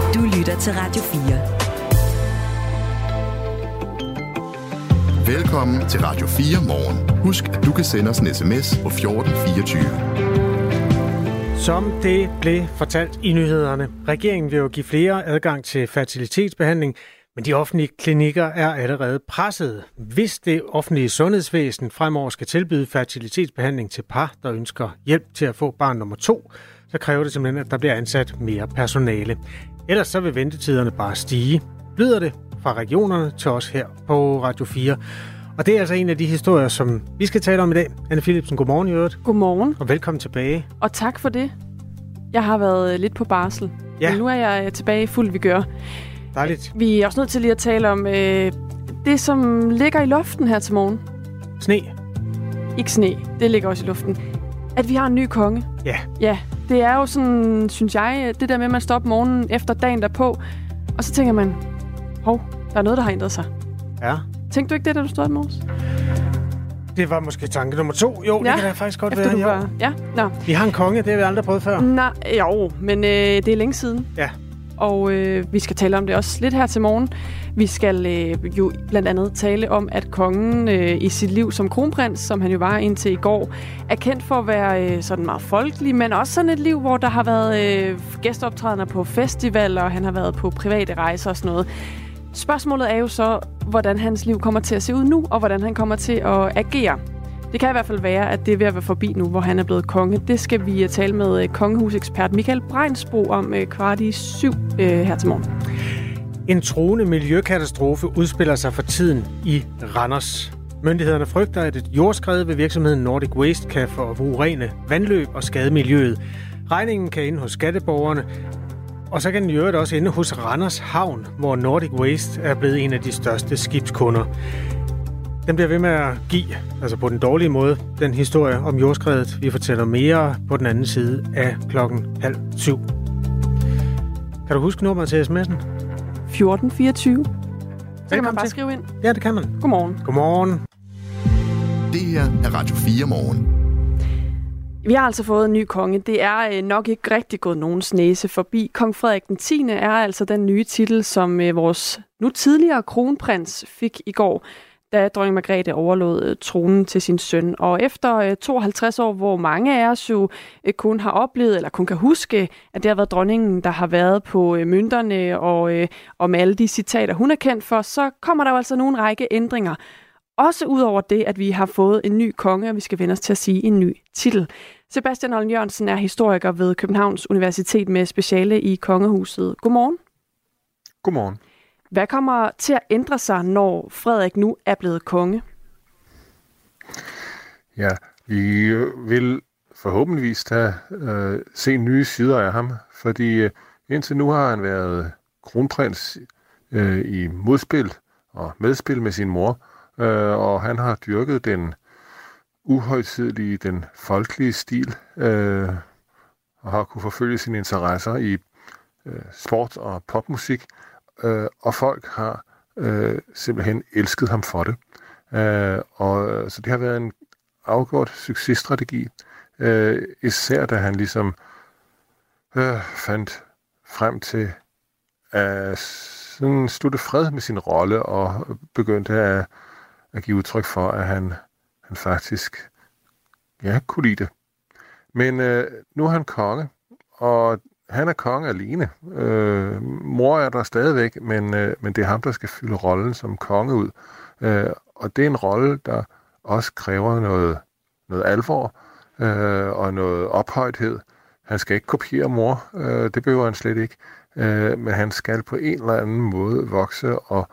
Du lytter til Radio 4. Velkommen til Radio 4 morgen. Husk, at du kan sende os en sms på 1424. Som det blev fortalt i nyhederne. Regeringen vil jo give flere adgang til fertilitetsbehandling, men de offentlige klinikker er allerede presset. Hvis det offentlige sundhedsvæsen fremover skal tilbyde fertilitetsbehandling til par, der ønsker hjælp til at få barn nummer 2, så kræver det simpelthen, at der bliver ansat mere personale. Ellers så vil ventetiderne bare stige. Lyder det fra regionerne til os her på Radio 4. Og det er altså en af de historier, som vi skal tale om i dag. Anne Philipsen, godmorgen i øvrigt. Godmorgen. Og velkommen tilbage. Og tak for det. Jeg har været lidt på barsel, men nu er jeg tilbage i fuld vigør. Dejligt. Vi er også nødt til lige at tale om det, som ligger i luften her til morgen. Sne. Ikke sne, det ligger også i luften. At vi har en ny konge. Ja. Ja, det er jo sådan, synes jeg, det der med, at man står op morgenen efter dagen derpå, og så tænker man, hov, der er noget, der har ændret sig. Ja. Tænkte du ikke det, da du stod i morges? Det var måske tanke nummer 2. Jo, det kan da faktisk godt efter være. Ja. Nå. Vi har en konge, det har vi aldrig prøvet før. Nej, jo, men det er længe siden. Ja. Og vi skal tale om det også lidt her til morgen. Vi skal jo blandt andet tale om, at kongen i sit liv som kronprins, som han jo var indtil i går, er kendt for at være sådan meget folkelig, men også sådan et liv, hvor der har været gæsteoptrædener på festivaler, og han har været på private rejser og sådan noget. Spørgsmålet er jo så, hvordan hans liv kommer til at se ud nu, og hvordan han kommer til at agere. Det kan i hvert fald være, at det er ved at være forbi nu, hvor han er blevet konge. Det skal vi tale med kongehusekspert Michael Brejnsbo om 6:15 her til morgen. En truende miljøkatastrofe udspiller sig for tiden i Randers. Myndighederne frygter, at et jordskred ved virksomheden Nordic Waste kan forurene vandløb og skade miljøet. Regningen kan ende hos skatteborgerne, og så kan den i øvrigt også ende hos Randers Havn, hvor Nordic Waste er blevet en af de største skibskunder. Den bliver ved med at give, altså på den dårlige måde, den historie om jordskredet. Vi fortæller mere på den anden side af 6:30. Kan du huske nummeret til sms'en? 1424. Så kan man bare skrive ind. Ja, det kan man. Godmorgen. Godmorgen. Det her er Radio 4 morgen. Vi har altså fået en ny konge. Det er nok ikke rigtig gået nogens næse forbi. Kong Frederik den 10. er altså den nye titel, som vores nu tidligere kronprins fik i går, da dronning Margrethe overlod tronen til sin søn. Og efter 52 år, hvor mange af os jo kun har oplevet, eller kun kan huske, at det har været dronningen, der har været på mønterne og med alle de citater, hun er kendt for, så kommer der jo altså nogle række ændringer. Også ud over det, at vi har fået en ny konge, og vi skal vende os til at sige en ny titel. Sebastian Holm Jørgensen er historiker ved Københavns Universitet med speciale i kongehuset. Godmorgen. Godmorgen. Hvad kommer til at ændre sig, når Frederik nu er blevet konge? Ja, vi vil forhåbentligvis se nye sider af ham, fordi indtil nu har han været kronprins i modspil og medspil med sin mor, og han har dyrket den uhøjtidelige, den folkelige stil, og har kunne forfølge sine interesser i sport og popmusik, og folk har simpelthen elsket ham for det. Så det har været en afgjort successtrategi, især da han ligesom fandt frem til at slutte fred med sin rolle og begyndte at give udtryk for, at han faktisk kunne lide det. Men nu er han konge, og han er konge alene. Mor er der stadigvæk, men det er ham, der skal fylde rollen som konge ud. Og det er en rolle, der også kræver noget alvor og noget ophøjthed. Han skal ikke kopiere mor, det behøver han slet ikke. Men han skal på en eller anden måde vokse og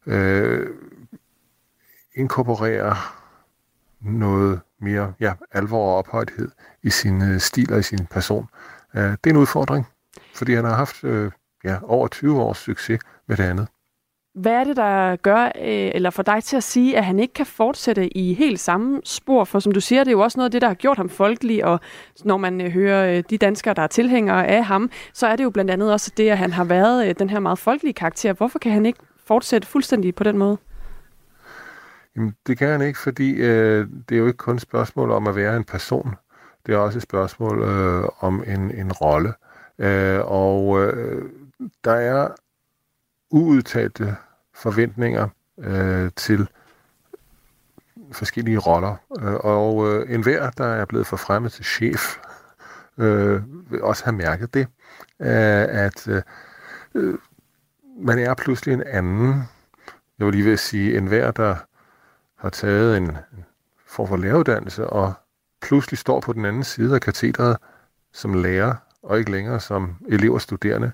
inkorporere noget mere alvor og ophøjthed i sin stil og i sin person. Det er en udfordring, fordi han har haft over 20 års succes med det andet. Hvad er det, der gør, eller for dig til at sige, at han ikke kan fortsætte i helt samme spor? For som du siger, det er jo også noget af det, der har gjort ham folkelig, og når man hører de danskere, der er tilhængere af ham, så er det jo blandt andet også det, at han har været den her meget folkelige karakter. Hvorfor kan han ikke fortsætte fuldstændig på den måde? Jamen, det kan han ikke, fordi det er jo ikke kun et spørgsmål om at være en person. Det er også et spørgsmål om en rolle. der er uudtalte forventninger til forskellige roller, og enhver, der er blevet forfremmet til chef, vil også have mærket det, at man er pludselig en anden. Jeg vil lige ved at sige, enhver, der har taget en form for læreruddannelse, og pludselig står på den anden side af katedret som lærer, og ikke længere som elev og studerende,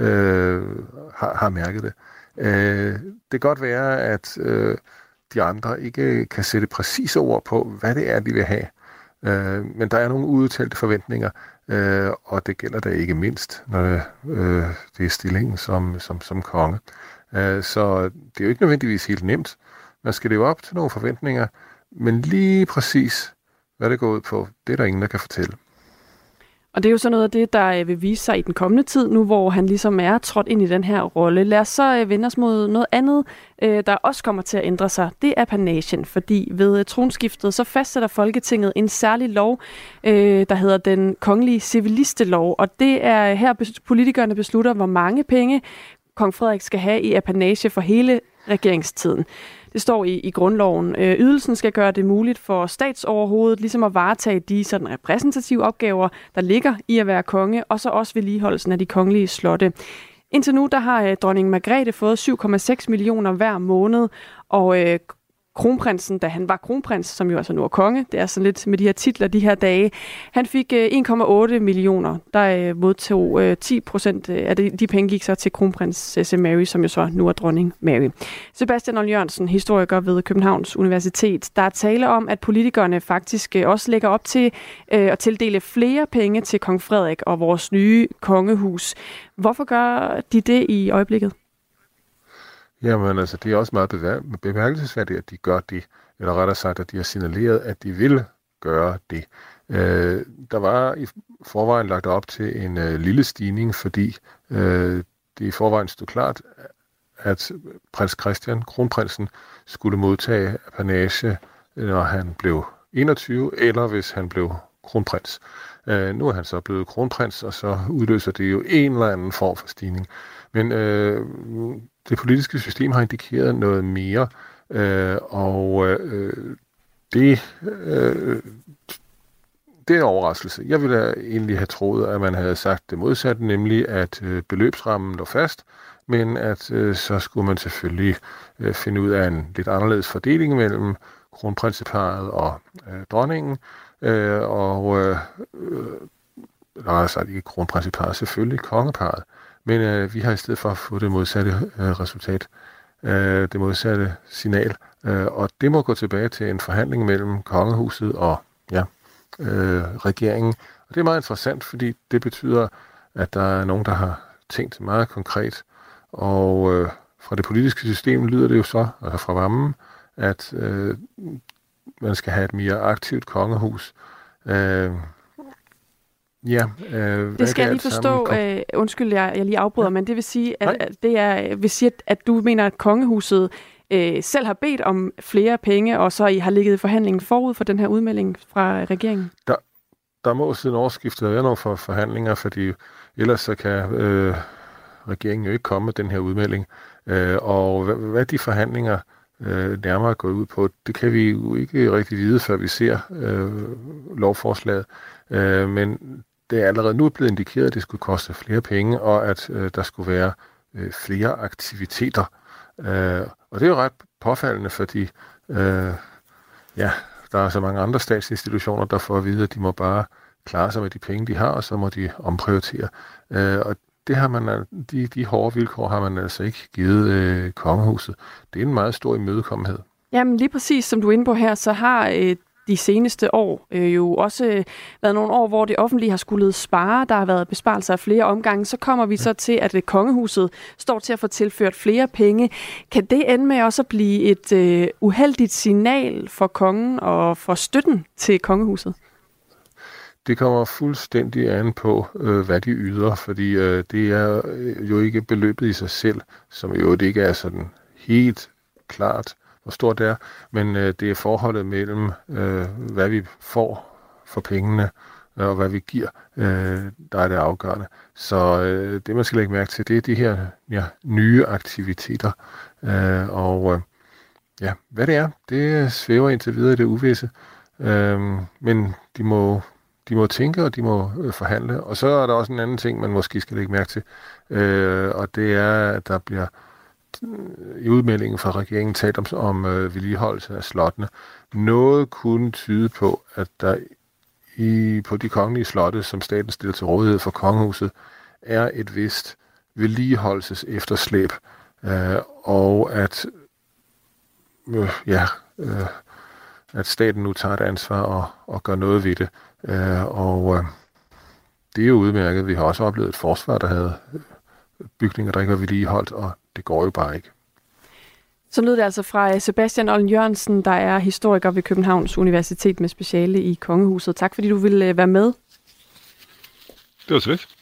har mærket det. Det kan godt være, at de andre ikke kan sætte præcise ord på, hvad det er, de vil have. Men der er nogle udtalte forventninger, og det gælder da ikke mindst, når det er stillingen som konge. Så det er jo ikke nødvendigvis helt nemt. Man skal leve op til nogle forventninger, men lige præcis, hvad det går ud på, det er der ingen, der kan fortælle. Og det er jo så noget af det, der vil vise sig i den kommende tid, nu hvor han ligesom er trådt ind i den her rolle. Lad os så vende os mod noget andet, der også kommer til at ændre sig. Det er apanagen, fordi ved tronskiftet så fastsætter Folketinget en særlig lov, der hedder den kongelige civilistelov. Og det er her politikerne beslutter, hvor mange penge kong Frederik skal have i apanage for hele regeringstiden. Det står i grundloven. Ydelsen skal gøre det muligt for statsoverhovedet ligesom at varetage de sådan repræsentative opgaver, der ligger i at være konge, og så også vedligeholdelsen af de kongelige slotte. Indtil nu der har dronning Margrethe fået 7,6 millioner hver måned, og kronprinsen, da han var kronprins, som jo altså nu er konge, det er sådan lidt med de her titler de her dage, han fik 1,8 millioner. Der modtog 10% af de penge gik så til kronprinsesse Mary, som jo så nu er dronning Mary. Sebastian Old Jørgensen, historiker ved Københavns Universitet, der er tale om, at politikerne faktisk også lægger op til at tildele flere penge til kong Frederik og vores nye kongehus. Hvorfor gør de det i øjeblikket? Jamen altså, det er også meget bemærkelsesværdigt, at de gør det, eller rettere sagt, at de har signaleret, at de vil gøre det. Der var i forvejen lagt op til en lille stigning, fordi det i forvejen stod klart, at prins Christian, kronprinsen, skulle modtage apanage, når han blev 21, eller hvis han blev kronprins. Nu er han så blevet kronprins, og så udløser det jo en eller anden form for stigning. Men det politiske system har indikeret noget mere, og det er en overraskelse. Jeg ville egentlig have troet, at man havde sagt det modsatte, nemlig at beløbsrammen lå fast, men at så skulle man selvfølgelig finde ud af en lidt anderledes fordeling mellem kronprinseparret og dronningen, og altså ikke kronprinseparret, selvfølgelig kongeparret. Men vi har i stedet for fået det modsatte resultat, det modsatte signal, og det må gå tilbage til en forhandling mellem kongehuset og regeringen. Og det er meget interessant, fordi det betyder, at der er nogen, der har tænkt meget konkret, og fra det politiske system lyder det jo så, altså fra Vammen, at man skal have et mere aktivt kongehus. Det skal jeg lige forstå. Undskyld, jeg lige afbryder, men det vil sige, at du mener, at kongehuset selv har bedt om flere penge, og så I har ligget i forhandlingen forud for den her udmelding fra regeringen? Der må siden årsskiftet være nogle forhandlinger, fordi ellers så kan regeringen jo ikke komme med den her udmelding. Og hvad de forhandlinger nærmere går ud på, det kan vi jo ikke rigtig vide, før vi ser lovforslaget. Men det er allerede nu blevet indikeret, at det skulle koste flere penge, og at der skulle være flere aktiviteter. Og det er jo ret påfaldende, fordi der er så mange andre statsinstitutioner, der får at vide, at de må bare klare sig med de penge, de har, og så må de omprioritere. Og det har man, de hårde vilkår har man altså ikke givet kongehuset. Det er en meget stor imødekommenhed. Jamen lige præcis, som du er inde på her, så har de seneste år jo også været nogle år, hvor det offentlige har skulle spare. Der har været besparelser af flere omgange. Så kommer vi så til, at kongehuset står til at få tilført flere penge. Kan det ende med også at blive et uheldigt signal for kongen og for støtten til kongehuset? Det kommer fuldstændig an på, hvad de yder, fordi det er jo ikke beløbet i sig selv, som jo det ikke er sådan helt klart, hvor stort det er, men det er forholdet mellem, hvad vi får for pengene, og hvad vi giver, der er det afgørende. Så det, man skal lægge mærke til, det er de her nye aktiviteter. Hvad det er, det svæver indtil videre i det uvisse. Men de må tænke, og de må forhandle. Og så er der også en anden ting, man måske skal lægge mærke til. Og det er, at der bliver i udmeldingen fra regeringen talt om vedligeholdelse af slottene. Noget kunne tyde på, at der på de kongelige slotte, som staten stiller til rådighed for kongehuset, er et vist vedligeholdelses efterslæb. Og at at staten nu tager et ansvar og gør noget ved det. Det er jo udmærket. Vi har også oplevet et forsvar, der havde bygninger, der ikke var vedligeholdt, og det går jo bare ikke. Så lød det altså fra Sebastian Olden Jørgensen, der er historiker ved Københavns Universitet med speciale i Kongehuset. Tak fordi du ville være med. Det var så lidt.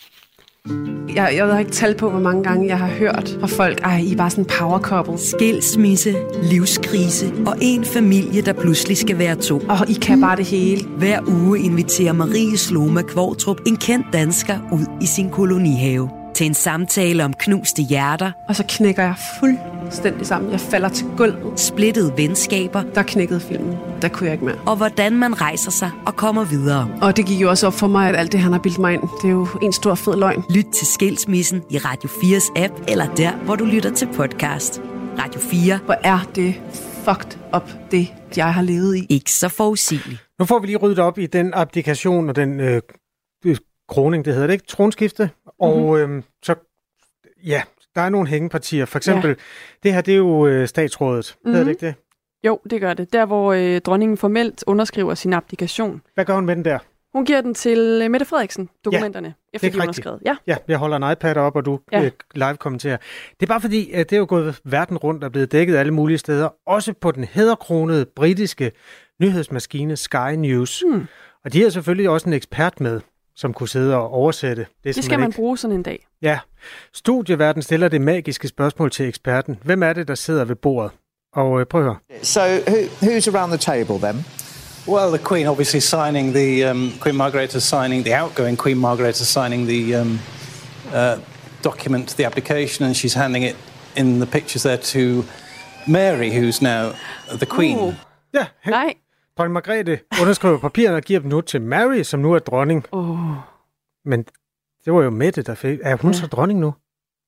Jeg har ikke talt på, hvor mange gange jeg har hørt fra folk, I er bare sådan en power couple. Skilsmisse, livskrise og en familie, der pludselig skal være to. Og I kan bare det hele. Hver uge inviterer Marie Sloma Kvartrup en kendt dansker ud i sin kolonihave til en samtale om knuste hjerter. Og så knækker jeg fuldstændig sammen. Jeg falder til gulvet. Splittede venskaber. Der knækkede filmen. Der kunne jeg ikke mere. Og hvordan man rejser sig og kommer videre. Og det gik jo også op for mig, at alt det, han har bildt mig ind, det er jo en stor fed løgn. Lyt til Skilsmissen i Radio 4's app, eller der, hvor du lytter til podcast. Radio 4. Hvor er det fucked up, det jeg har levet i. Ikke så forudsigeligt. Nu får vi lige ryddet op i den abdikation og den kroning, det hedder det ikke? Tronskifte. Og så, ja, der er nogle hængepartier. For eksempel, det her, det er jo statsrådet. Hedder det ikke det? Jo, det gør det. Der, hvor dronningen formelt underskriver sin abdikation. Hvad gør hun med den der? Hun giver den til Mette Frederiksen, dokumenterne, efter de er underskrevet. Ja, jeg holder en iPad op, og du live kommenterer. Det er bare fordi, at det er jo gået verden rundt og er blevet dækket alle mulige steder. Også på den hæderkronede britiske nyhedsmaskine Sky News. Og de har selvfølgelig også en ekspert med, som kunne sidde og oversætte. Det skal man bruge sådan en dag. Ja. Studieverden stiller det magiske spørgsmål til eksperten. Hvem er det, der sidder ved bordet? Og prøv at høre. So, who's around the table then? Well, the Queen obviously signing Queen Margaret is signing, the outgoing Queen Margaret is signing the document, the application, and she's handing it in the pictures there to Mary, who's now the Queen. Ja, nej. Dronning Margrethe underskriver papirerne og giver dem nu til Mary, som nu er dronning. Men det var jo Mette, der fik. Er hun så dronning nu?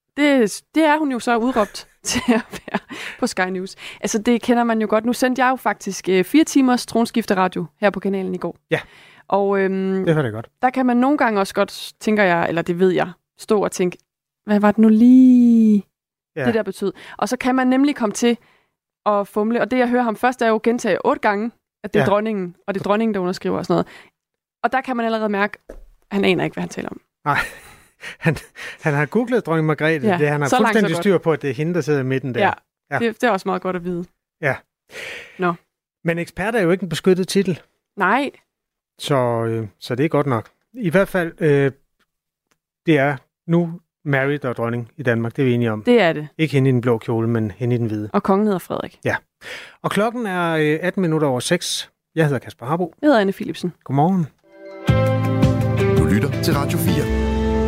Det er hun jo så udråbt til at være på Sky News. Altså, det kender man jo godt. Nu sendte jeg jo faktisk 4 timers tronskifteradio her på kanalen i går. Ja, og, det var det godt. Der kan man nogle gange også godt, tænker jeg, eller det ved jeg, stå og tænke, hvad var det nu lige, det der betød? Og så kan man nemlig komme til at fumle, og det jeg hører ham først er jo gentage 8 gange, at det er dronningen, og det er dronningen, der underskriver og sådan noget. Og der kan man allerede mærke, at han aner ikke, hvad han taler om. Nej. Han har googlet dronning Margrethe. Ja, han har fuldstændig styr på, at det er hende, der sidder i midten der. Ja. Det er også meget godt at vide. Ja. Nå. Men ekspert er jo ikke en beskyttet titel. Nej. Så det er godt nok. I hvert fald, det er nu Mary, der er dronning i Danmark. Det er vi enige om. Det er det. Ikke hende i den blå kjole, men hende i den hvide. Og kongen hedder Frederik. Ja. Og klokken er 18 minutter over 6. Jeg hedder Kasper Harbo. Jeg hedder Anne Philipsen. Godmorgen. Du lytter til Radio 4.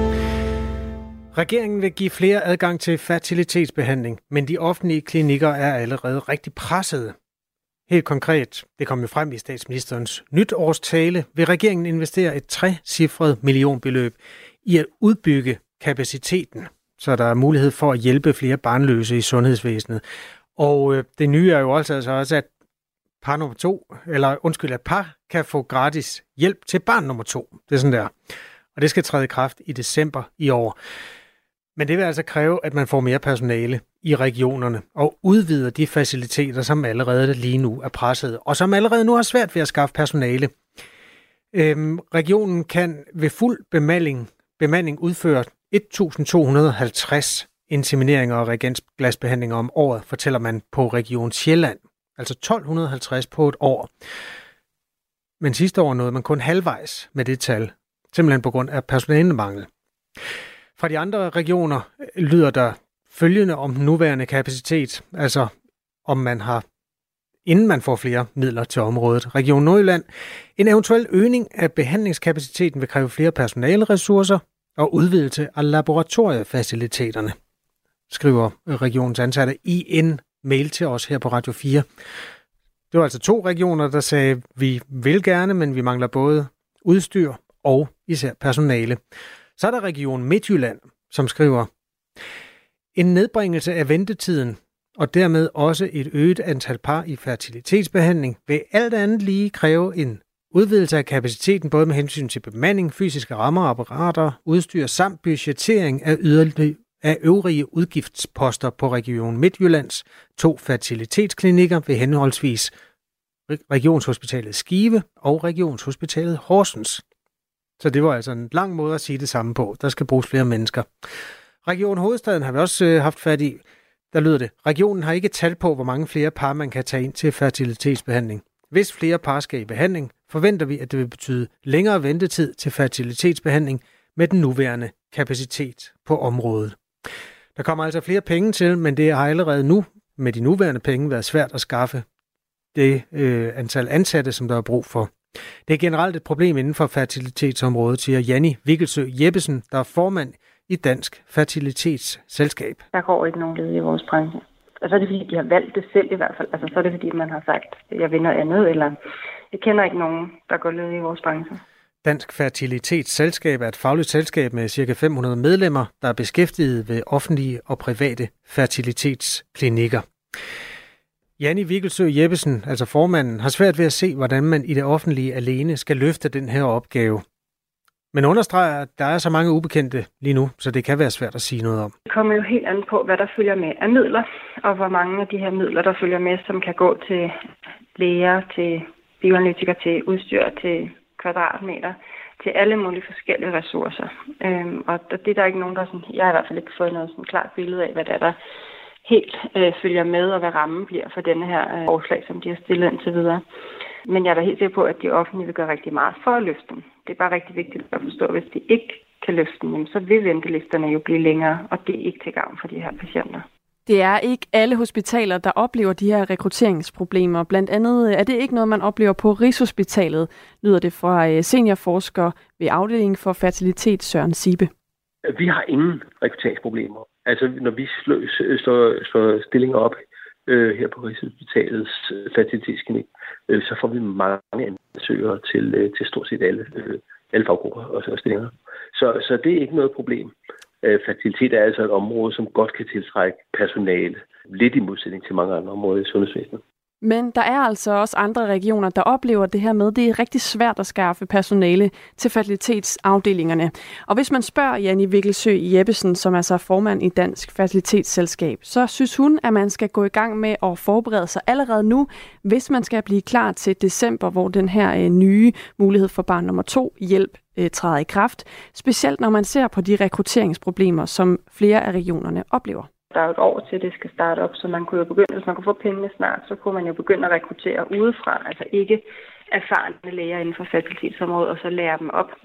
Regeringen vil give flere adgang til fertilitetsbehandling, men de offentlige klinikker er allerede rigtig pressede. Helt konkret, det kom jo frem i statsministerens nytårstale, vil regeringen investere et 3-cifret millionbeløb i at udbygge kapaciteten, så der er mulighed for at hjælpe flere barnløse i sundhedsvæsenet. Og det nye er jo også, at par kan få gratis hjælp til barn nummer 2. Det er sådan der. Og det skal træde i kraft i december i år. Men det vil altså kræve, at man får mere personale i regionerne og udvider de faciliteter, som allerede lige nu er presset, og som allerede nu har svært ved at skaffe personale. Regionen kan ved fuld bemanding udføre 1.250 insemineringer og reagensglasbehandlinger om året, fortæller man på Region Sjælland. Altså 1.250 på et år. Men sidste år nåede man kun halvvejs med det tal, simpelthen på grund af personalemangel. Fra de andre regioner lyder der følgende om den nuværende kapacitet, altså om man har inden man får flere midler til området. Region Nordjylland. En eventuel øgning af behandlingskapaciteten vil kræve flere personaleressourcer og udvidelse af laboratoriefaciliteterne, skriver regionens ansatte i en mail til os her på Radio 4. Det var altså 2 regioner, der sagde, vi vil gerne, men vi mangler både udstyr og især personale. Så er der Region Midtjylland, som skriver, en nedbringelse af ventetiden og dermed også et øget antal par i fertilitetsbehandling vil alt andet lige kræve en udvidelse af kapaciteten både med hensyn til bemanding, fysiske rammer, apparater, udstyr samt budgettering af øvrige udgiftsposter på Region Midtjyllands 2 fertilitetsklinikker ved henholdsvis Regionshospitalet Skive og Regionshospitalet Horsens. Så det var altså en lang måde at sige det samme på. Der skal bruges flere mennesker. Region Hovedstaden har vi også haft fat i. Der lyder det. Regionen har ikke tal på, hvor mange flere par man kan tage ind til fertilitetsbehandling. Hvis flere par skal i behandling, forventer vi, at det vil betyde længere ventetid til fertilitetsbehandling med den nuværende kapacitet på området. Der kommer altså flere penge til, men det har allerede nu med de nuværende penge været svært at skaffe det antal ansatte, som der er brug for. Det er generelt et problem inden for fertilitetsområdet, siger Janni Vikkelsø Jeppesen, der er formand i Dansk Fertilitetsselskab. Der går ikke nogen led i vores branche. Og så er det fordi, de har valgt det selv i hvert fald. Altså så er det fordi, man har sagt, at jeg vil noget andet, eller jeg kender ikke nogen, der går led i vores branche. Dansk Fertilitetsselskab er et fagligt selskab med ca. 500 medlemmer, der er beskæftiget ved offentlige og private fertilitetsklinikker. Janni Vikkelsø Jeppesen, altså formanden, har svært ved at se, hvordan man i det offentlige alene skal løfte den her opgave. Men understreger, at der er så mange ubekendte lige nu, så det kan være svært at sige noget om. Det kommer jo helt an på, hvad der følger med af midler, og hvor mange af de her midler, der følger med, som kan gå til læger, til bioanalytikere, til udstyr, til kvadratmeter, til alle mulige forskellige ressourcer. Og det er der ikke nogen, der sådan, jeg har i hvert fald ikke fået noget sådan klart billede af, hvad der helt følger med, og hvad rammen bliver for denne her forslag, som de har stillet indtil videre. Men jeg er da helt sikker på, at de offentlige vil gøre rigtig meget for at løfte dem. Det er bare rigtig vigtigt at forstå, at hvis de ikke kan løfte dem, så vil ventelisterne jo blive længere, og det er ikke til gavn for de her patienter. Det er ikke alle hospitaler, der oplever de her rekrutteringsproblemer. Blandt andet er det ikke noget, man oplever på Rigshospitalet, lyder det fra seniorforsker ved afdelingen for fertilitet Søren Sibe. Vi har ingen rekrutteringsproblemer. Altså når vi slår stillinger op her på Rigshospitalets fertilitetsklinik, så får vi mange ansøgere til stort set alle faggrupper og stillinger. Så det er ikke noget problem. Fertilitet er altså et område, som godt kan tiltrække personale, lidt i modsætning til mange andre områder i sundhedsvæsenet. Men der er altså også andre regioner, der oplever det her med, det er rigtig svært at skaffe personale til fertilitetsafdelingerne. Og hvis man spørger Janni Vikkelsø Jeppesen, som er så formand i Dansk Fertilitetsselskab, så synes hun, at man skal gå i gang med at forberede sig allerede nu, hvis man skal blive klar til december, hvor den her nye mulighed for barn nummer 2 hjælp træder i kraft. Specielt når man ser på de rekrutteringsproblemer, som flere af regionerne oplever. Der er jo et år til, det skal starte op, så man kunne jo begynde, hvis man kunne få pengene snart, så kunne man jo begynde at rekruttere udefra, altså ikke erfarne læger inden for fertilitetsområdet, og så lære dem op.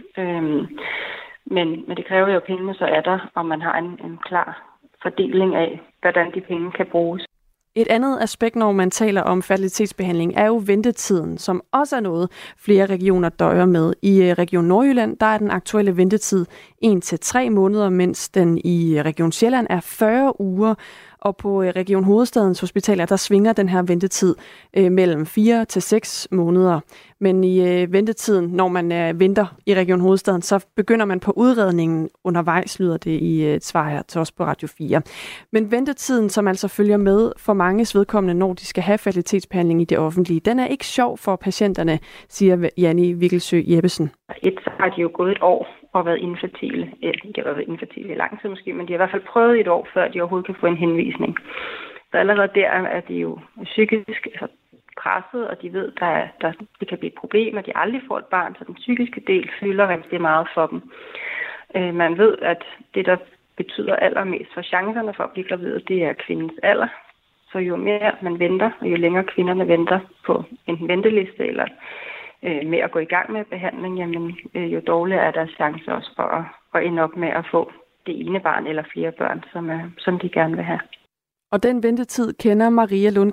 Men det kræver jo, at pengene så er der, og man har en klar fordeling af, hvordan de penge kan bruges. Et andet aspekt, når man taler om fertilitetsbehandling, er jo ventetiden, som også er noget, flere regioner døjer med. I Region Nordjylland, der er den aktuelle ventetid 1-3 måneder, mens den i Region Sjælland er 40 uger. Og på Region Hovedstadens hospitaler, der svinger den her ventetid mellem 4 til 6 måneder. Men i ventetiden, når man venter i Region Hovedstaden, så begynder man på udredningen undervejs, lyder det i et svar her til os på Radio 4. Men ventetiden, som altså følger med for manges vedkommende, når de skal have fertilitetsbehandling i det offentlige, den er ikke sjov for patienterne, siger Janni Vikkelsø Jeppesen. Så har de jo gået et år og været infertile. De har været infertile i lang tid måske, men de har i hvert fald prøvet et år, før de overhovedet kan få en henvisning. Så allerede der er de jo psykisk presset, og de ved, at det kan blive et problem, at de aldrig får et barn, så den psykiske del fylder rigtig meget for dem. Man ved, at det, der betyder allermest for chancerne for at blive gravid, det er kvindens alder. Så jo mere man venter, og jo længere kvinderne venter på en venteliste eller med at gå i gang med behandling, jamen, jo dårligere er deres chance også for at ende op med at få det ene barn eller flere børn, som de gerne vil have. Og den ventetid kender Maria Lundgren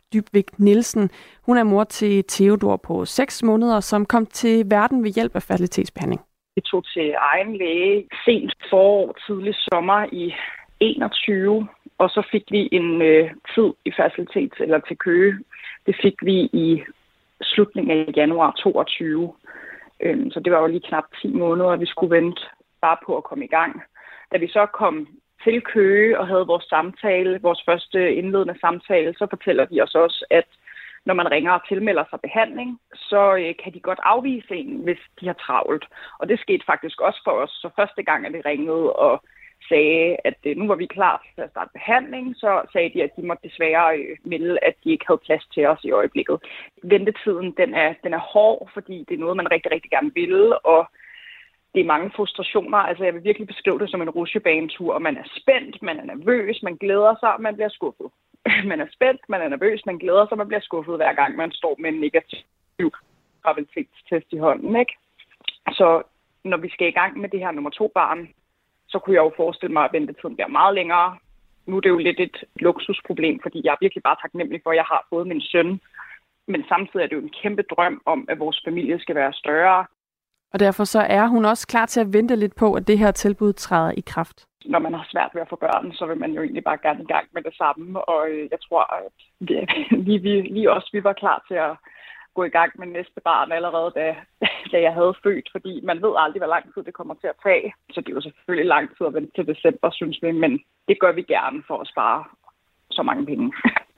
Dybvik Nielsen. Hun er mor til Theodor på 6 måneder, som kom til verden ved hjælp af fertilitetsbehandling. Vi tog til egen læge sent forår, tidlig sommer i 21, og så fik vi en tid i fertilitet eller til Køge. Det fik vi i slutningen af januar 22. Så det var jo lige knap 10 måneder, at vi skulle vente bare på at komme i gang. Da vi så kom til Køge og havde vores samtale, vores første indledende samtale, så fortæller de os også, at når man ringer og tilmelder sig behandling, så kan de godt afvise en, hvis de har travlt. Og det skete faktisk også for os. Så første gang, at vi ringede og sagde, at nu var vi klar til at starte behandling, så sagde de, at de måtte desværre melde, at de ikke havde plads til os i øjeblikket. Ventetiden, den er hård, fordi det er noget, man rigtig, rigtig gerne vil, og det er mange frustrationer. Altså, jeg vil virkelig beskrive det som en rutsjebanetur. Man er spændt, man er nervøs, man glæder sig, man bliver skuffet. Man er spændt, man er nervøs, man glæder sig, man bliver skuffet hver gang, man står med en negativ graviditetstest i hånden, ikke? Så når vi skal i gang med det her nummer 2 barn, så kunne jeg jo forestille mig, at ventetiden bliver meget længere. Nu er det jo lidt et luksusproblem, fordi jeg er virkelig bare taknemmelig for, at jeg har fået min søn. Men samtidig er det jo en kæmpe drøm om, at vores familie skal være større. Og derfor så er hun også klar til at vente lidt på, at det her tilbud træder i kraft. Når man har svært ved at få børn, så vil man jo egentlig bare gerne i gang med det samme. Og jeg tror, at vi var klar til at gå i gang med næste barn allerede, da jeg havde født. Fordi man ved aldrig, hvor lang tid det kommer til at tage. Så det er jo selvfølgelig lang tid at vente til december, synes vi. Men det gør vi gerne for at spare så mange penge.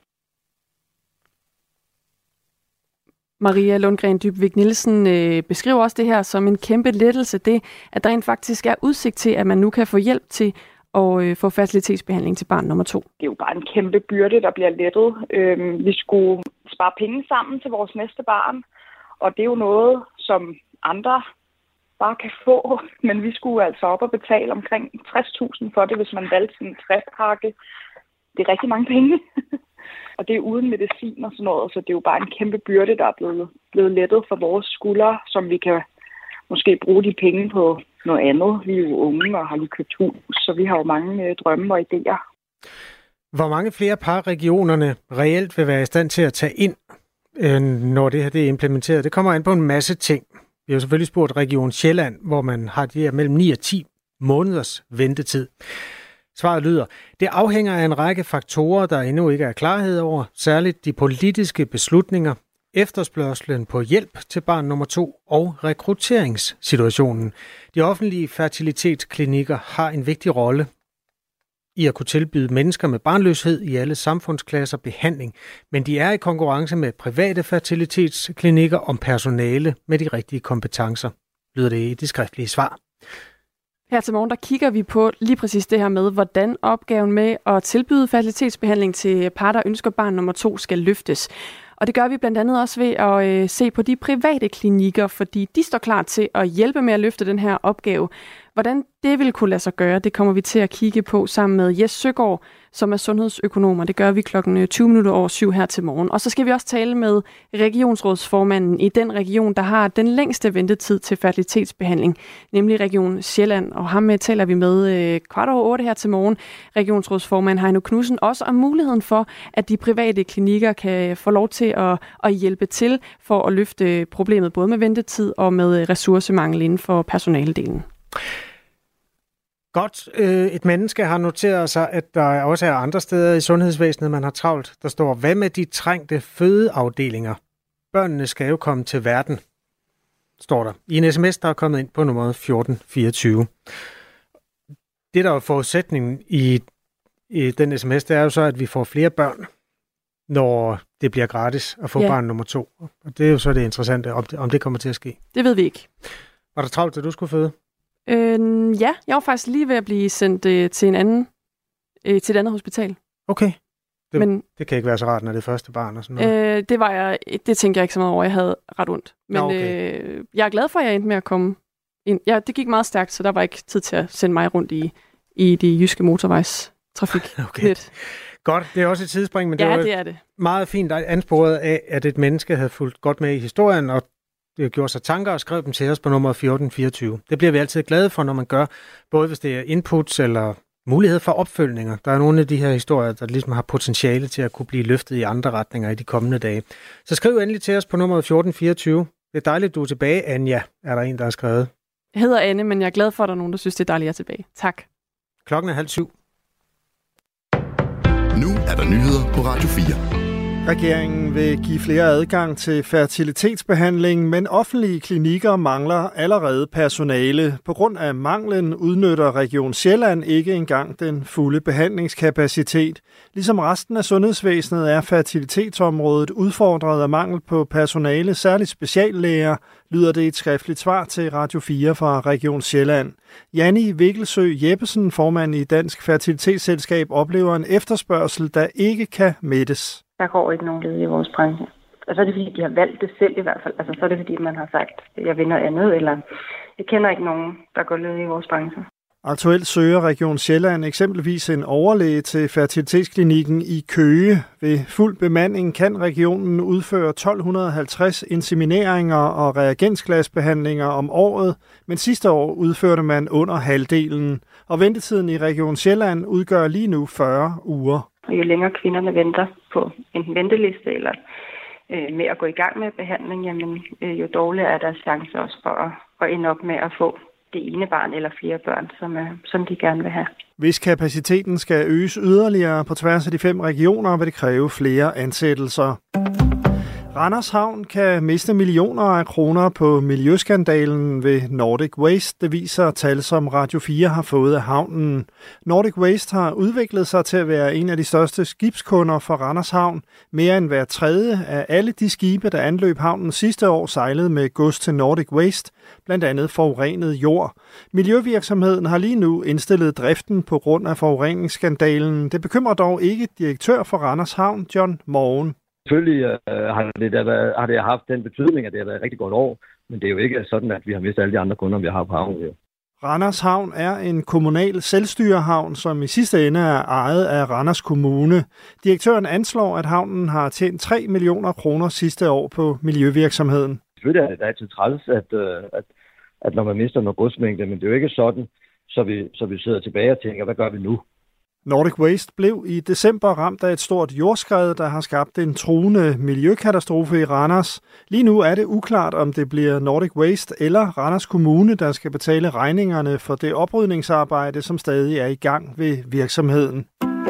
Maria Lundgren Dybvik Nielsen beskriver også det her som en kæmpe lettelse, det at der rent faktisk er udsigt til, at man nu kan få hjælp til at få fertilitetsbehandling til barn nummer 2. Det er jo bare en kæmpe byrde, der bliver lettet. Vi skulle spare penge sammen til vores næste barn, og det er jo noget, som andre bare kan få, men vi skulle altså op og betale omkring 60.000 for det, hvis man valgte sådan en 3-pakke. Det er rigtig mange penge. Og det er uden medicin og sådan noget, så det er jo bare en kæmpe byrde, der er blevet lettet for vores skuldre, som vi kan måske bruge de penge på noget andet. Vi er jo unge og har lige købt hus, så vi har jo mange drømme og idéer. Hvor mange flere par regionerne reelt vil være i stand til at tage ind, når det her det er implementeret? Det kommer an på en masse ting. Vi har selvfølgelig spurgt Region Sjælland, hvor man har de her mellem 9 og 10 måneders ventetid. Svaret lyder, det afhænger af en række faktorer, der endnu ikke er klarhed over, særligt de politiske beslutninger, efterspørgslen på hjælp til barn nummer 2 og rekrutteringssituationen. De offentlige fertilitetsklinikker har en vigtig rolle i at kunne tilbyde mennesker med barnløshed i alle samfundsklasser behandling, men de er i konkurrence med private fertilitetsklinikker om personale med de rigtige kompetencer, lyder det i det skriftlige svar. Her til morgen, der kigger vi på lige præcis det her med, hvordan opgaven med at tilbyde fertilitetsbehandling til par, der ønsker barn nummer 2, skal løftes. Og det gør vi blandt andet også ved at se på de private klinikker, fordi de står klar til at hjælpe med at løfte den her opgave. Hvordan det vil kunne lade sig gøre, det kommer vi til at kigge på sammen med Jes Søgaard, som er sundhedsøkonom, og det gør vi 7:20 her til morgen. Og så skal vi også tale med regionsrådsformanden i den region, der har den længste ventetid til fertilitetsbehandling, nemlig Region Sjælland. Og ham taler vi med 7:15 her til morgen. Regionsrådsformand Heino Knudsen også om muligheden for, at de private klinikker kan få lov til at hjælpe til for at løfte problemet både med ventetid og med ressourcemangel inden for personaledelen. Godt. Et menneske har noteret sig, at der også er andre steder i sundhedsvæsenet, man har travlt. Der står, hvad med de trængte fødeafdelinger? Børnene skal jo komme til verden, står der. I en sms, der er kommet ind på nummeret 1424. Det, der er forudsætningen i den sms, det er jo så, at vi får flere børn, når det bliver gratis at få barn nummer 2. Og det er jo så det interessante, om det kommer til at ske. Det ved vi ikke. Var der travlt, at du skulle føde? Ja, jeg var faktisk lige ved at blive sendt til et andet hospital. Okay. Det kan ikke være så rart, når det er første barn og sådan noget. Det tænkte jeg ikke så meget over. Jeg havde ret ondt. Men okay. Jeg er glad for, at jeg endte med at komme ind. Ja, det gik meget stærkt, så der var ikke tid til at sende mig rundt i de jyske motorvejstrafik. Okay. Godt, det er også et tidsspring, men det er det. Meget fint ansporet af, at et menneske havde fulgt godt med i historien, og det gjorde sig tanker og skrev dem til os på nummer 1424. Det bliver vi altid glade for, når man gør, både hvis det er inputs eller mulighed for opfølgninger. Der er nogle af de her historier, der ligesom har potentiale til at kunne blive løftet i andre retninger i de kommende dage. Så skriv endelig til os på nummer 1424. Det er dejligt, du er tilbage, Anja, er der en, der har skrevet. Jeg hedder Anne, men jeg er glad for, at der er nogen, der synes, det er dejligt at tilbage. Tak. Klokken er 6:30. Nu er der nyheder på Radio 4. Regeringen vil give flere adgang til fertilitetsbehandling, men offentlige klinikker mangler allerede personale. På grund af manglen udnytter Region Sjælland ikke engang den fulde behandlingskapacitet. Ligesom resten af sundhedsvæsenet er fertilitetsområdet udfordret af mangel på personale, særligt speciallæger, lyder det et skriftligt svar til Radio 4 fra Region Sjælland. Janni Vikkelsø Jeppesen, formand i Dansk Fertilitetsselskab, oplever en efterspørgsel, der ikke kan mættes. Der går ikke nogen led i vores branche. Og så er det fordi, de har valgt det selv i hvert fald. Altså så er det fordi, man har sagt, at jeg vil noget andet, eller jeg kender ikke nogen, der går led i vores branche. Aktuelt søger Region Sjælland eksempelvis en overlæge til fertilitetsklinikken i Køge. Ved fuld bemanding kan regionen udføre 1250 insemineringer og reagensglasbehandlinger om året, men sidste år udførte man under halvdelen. Og ventetiden i Region Sjælland udgør lige nu 40 uger. Og jo længere kvinderne venter på en venteliste eller med at gå i gang med behandling, jamen, jo dårligere er deres chance også for at ende op med at få det ene barn eller flere børn, som de gerne vil have. Hvis kapaciteten skal øges yderligere på tværs af de 5 regioner, vil det kræve flere ansættelser. Randers Havn kan miste millioner af kroner på miljøskandalen ved Nordic Waste. Det viser tal, som Radio 4 har fået af havnen. Nordic Waste har udviklet sig til at være en af de største skibskunder for Randers Havn. Mere end hver tredje af alle de skibe, der anløb havnen sidste år, sejlede med gods til Nordic Waste, blandt andet forurenet jord. Miljøvirksomheden har lige nu indstillet driften på grund af forureningsskandalen. Det bekymrer dog ikke direktør for Randers Havn, John Morgen. Selvfølgelig har det haft den betydning, at det har været et rigtig godt år, men det er jo ikke sådan, at vi har mistet alle de andre kunder, vi har på havnen. Randers Havn er en kommunal selvstyrehavn, som i sidste ende er ejet af Randers Kommune. Direktøren anslår, at havnen har tjent 3 millioner kroner sidste år på miljøvirksomheden. Selvfølgelig er det altid træls, at når man mister noget godsmængde, men det er jo ikke sådan, så vi sidder tilbage og tænker, hvad gør vi nu? Nordic Waste blev i december ramt af et stort jordskred, der har skabt en truende miljøkatastrofe i Randers. Lige nu er det uklart, om det bliver Nordic Waste eller Randers Kommune, der skal betale regningerne for det oprydningsarbejde, som stadig er i gang ved virksomheden.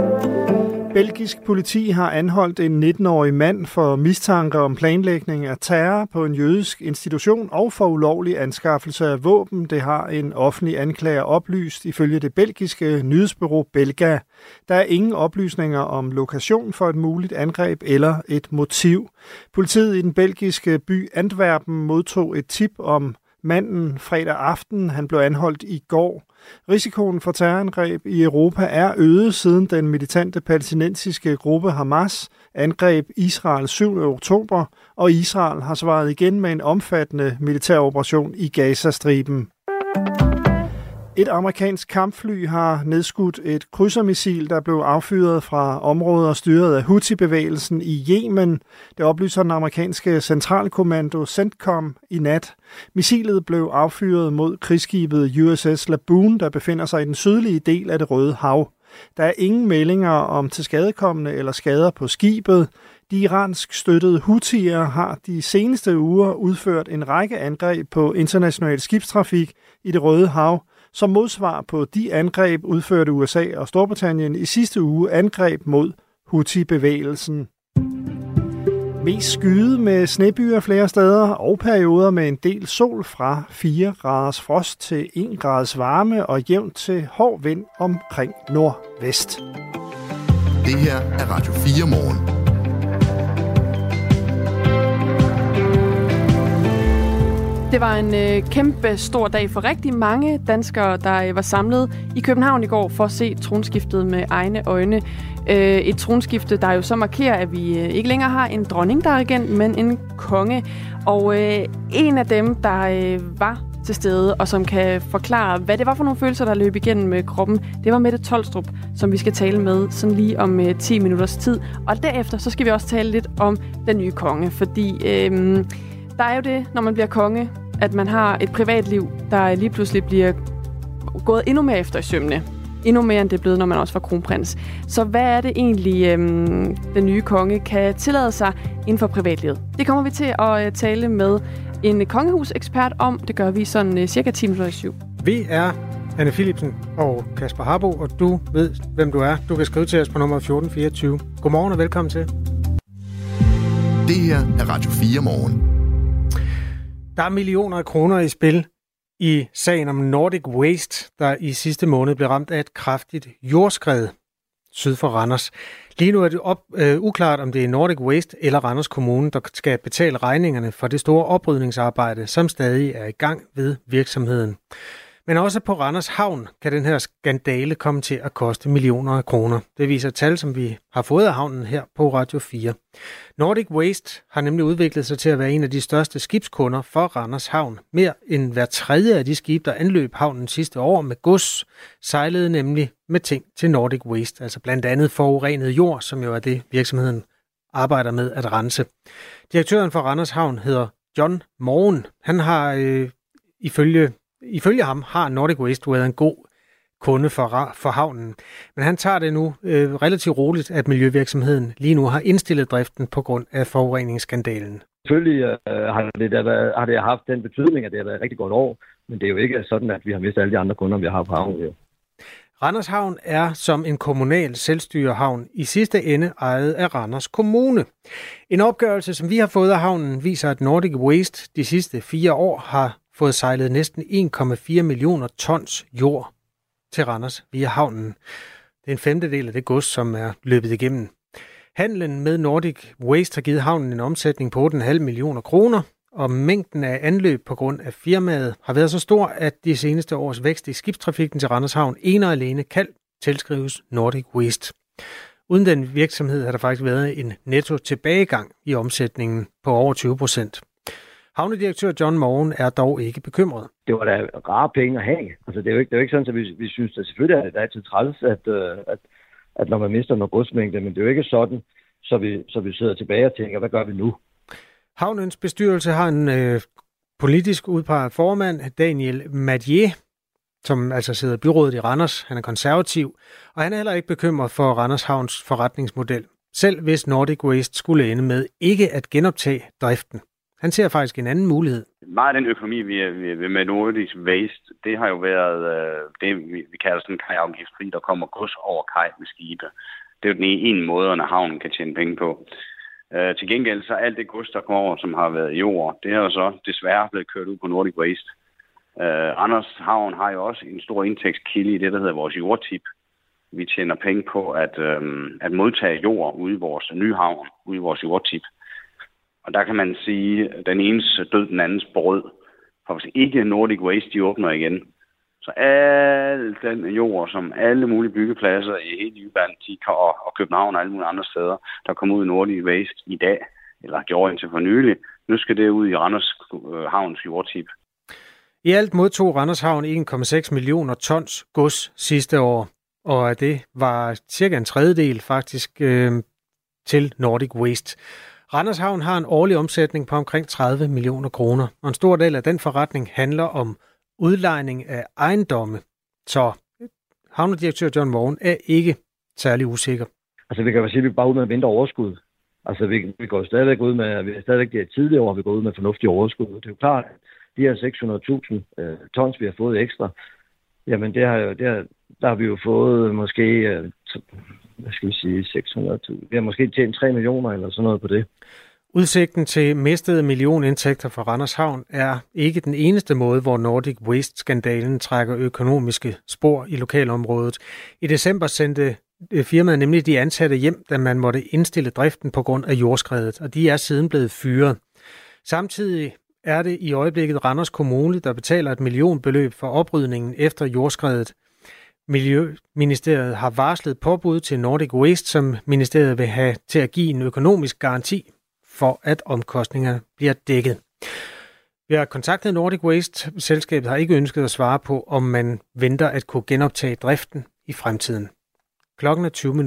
Belgisk politi har anholdt en 19-årig mand for mistanke om planlægning af terror på en jødisk institution og for ulovlig anskaffelse af våben. Det har en offentlig anklager oplyst ifølge det belgiske nyhedsbureau Belga. Der er ingen oplysninger om lokation for et muligt angreb eller et motiv. Politiet i den belgiske by Antwerpen modtog et tip om manden fredag aften. Han blev anholdt i går. Risikoen for terrorangreb i Europa er øget siden den militante palæstinensiske gruppe Hamas angreb Israel 7. oktober, og Israel har svaret igen med en omfattende militæroperation i Gazastriben. Et amerikansk kampfly har nedskudt et krydsermissil, der blev affyret fra områder styret af Houthi-bevægelsen i Yemen. Det oplyser den amerikanske centralkommando CENTCOM i nat. Missilet blev affyret mod krigsskibet USS Laboon, der befinder sig i den sydlige del af det Røde Hav. Der er ingen meldinger om tilskadekomne eller skader på skibet. De iransk støttede Houthier har de seneste uger udført en række angreb på international skibstrafik i det Røde Hav. Som modsvar på de angreb udførte USA og Storbritannien i sidste uge angreb mod Houthi-bevægelsen. Mest skyde med snebyer flere steder og perioder med en del sol fra 4 graders frost til 1 graders varme og jævnt til hård vind omkring nordvest. Det her er Radio 4 morgen. Det var en kæmpe stor dag for rigtig mange danskere, der var samlet i København i går for at se tronskiftet med egne øjne. Et tronskifte, der jo så markerer, at vi ikke længere har en dronning, der er regent, men en konge. Og en af dem, der var til stede, og som kan forklare, hvad det var for nogle følelser, der løb igennem med kroppen, det var Mette Tolstrup, som vi skal tale med sådan lige om 10 minutters tid. Og derefter, så skal vi også tale lidt om den nye konge, fordi der er jo det, når man bliver konge, at man har et privatliv, der lige pludselig bliver gået endnu mere efter i sømmene. endnu mere end det er blevet, når man også var kronprins. Så hvad er det egentlig, den nye konge kan tillade sig inden for privatlivet? Det kommer vi til at tale med en kongehusekspert om. Det gør vi sådan cirka 10:07. Vi er Anne Philipsen og Kasper Harbo, og du ved, hvem du er. Du kan skrive til os på nummer 1424. Godmorgen og velkommen til. Det her er Radio 4 morgen. Der er millioner af kroner i spil i sagen om Nordic Waste, der i sidste måned blev ramt af et kraftigt jordskred syd for Randers. Lige nu er det uklart, om det er Nordic Waste eller Randers Kommune, der skal betale regningerne for det store oprydningsarbejde, som stadig er i gang ved virksomheden. Men også på Randers Havn kan den her skandale komme til at koste millioner af kroner. Det viser tal, som vi har fået af havnen her på Radio 4. Nordic Waste har nemlig udviklet sig til at være en af de største skibskunder for Randers Havn. Mere end hver tredje af de skibe, der anløb havnen sidste år med gods, sejlede nemlig med ting til Nordic Waste. Altså blandt andet forurenet jord, som jo er det, virksomheden arbejder med at rense. Direktøren for Randers Havn hedder John Morgen. Han har Ifølge ham har Nordic Waste været en god kunde for havnen. Men han tager det nu relativt roligt, at miljøvirksomheden lige nu har indstillet driften på grund af forureningsskandalen. Selvfølgelig har det haft den betydning, at det har været et rigtig godt år, men det er jo ikke sådan, at vi har mistet alle de andre kunder, vi har på havnen. Randers Havn er som en kommunal selvstyrehavn i sidste ende ejet af Randers Kommune. En opgørelse, som vi har fået af havnen, viser, at Nordic Waste de sidste 4 år har fået sejlet næsten 1,4 millioner tons jord til Randers via havnen. Det er en femtedel af det gods, som er løbet igennem. Handlen med Nordic Waste har givet havnen en omsætning på 8,5 millioner kroner, og mængden af anløb på grund af firmaet har været så stor, at de seneste års vækst i skibstrafikken til Randers Havn ene og alene kan tilskrives Nordic Waste. Uden den virksomhed har der faktisk været en netto tilbagegang i omsætningen på over 20%. Havnedirektør John Morgen er dog ikke bekymret. Det var da rare penge at have. Altså, det er jo ikke sådan, at vi synes, at selvfølgelig er det altid træls, at når man mister noget godsmængde, men det er jo ikke sådan, så vi sidder tilbage og tænker, hvad gør vi nu? Havnens bestyrelse har en politisk udpeget formand, Daniel Madier, som altså sidder i byrådet i Randers. Han er konservativ, og han er heller ikke bekymret for Randers Havns forretningsmodel. Selv hvis Nordic Waste skulle ende med ikke at genoptage driften. Han ser faktisk en anden mulighed. Meget af den økonomi, vi med Nordic Waste, det har jo været det, vi kalder sådan en kajafgiftsfri, der kommer gods over kaj med skibe. Det er jo den ene måde, når havnen kan tjene penge på. Til gengæld så alt det gods, der kommer over, som har været i jord, det er jo så desværre blevet kørt ud på Nordic Waste. Randers Havn har jo også en stor indtægtskilde i det, der hedder vores jordtip. Vi tjener penge på at modtage jord ude i vores nye havn, ude i vores jordtip. Og der kan man sige, at den enes død, den andens brød. For hvis ikke Nordic Waste, de åbner igen, så al den jord, som alle mulige byggepladser i hele Jylland, og København og alle mulige andre steder, der kommer ud i Nordic Waste i dag, eller gjorde indtil for nylig, nu skal det ud i Randers Havns jordtip. I alt modtog Randers Havn 1,6 millioner tons gods sidste år, og det var cirka en tredjedel faktisk til Nordic Waste. Randers Havn har en årlig omsætning på omkring 30 millioner kroner, og en stor del af den forretning handler om udlejning af ejendomme. Så havnedirektør John Morgen er ikke særlig usikker. Altså vi kan jo sige, at vi bare ud med at vente overskud. Altså vi går stadigvæk ud med, vi er stadigvæk de tidligere år, vi går ud med fornuftig overskud. Det er jo klart, at de her 600.000 tons, vi har fået ekstra, jamen der har vi jo fået måske, 600.000. Vi har måske tjent 3 millioner eller sådan noget på det. Udsigten til mistede millionindtægter fra Randers Havn er ikke den eneste måde, hvor Nordic Waste-skandalen trækker økonomiske spor i lokalområdet. I december sendte firmaet nemlig de ansatte hjem, da man måtte indstille driften på grund af jordskredet, og de er siden blevet fyret. Samtidig er det i øjeblikket Randers Kommune, der betaler et millionbeløb for oprydningen efter jordskredet. Miljøministeriet har varslet påbud til Nordic Waste, som ministeriet vil have til at give en økonomisk garanti for, at omkostningerne bliver dækket. Vi har kontaktet Nordic Waste. Selskabet har ikke ønsket at svare på, om man venter at kunne genoptage driften i fremtiden. Klokken er 7:20.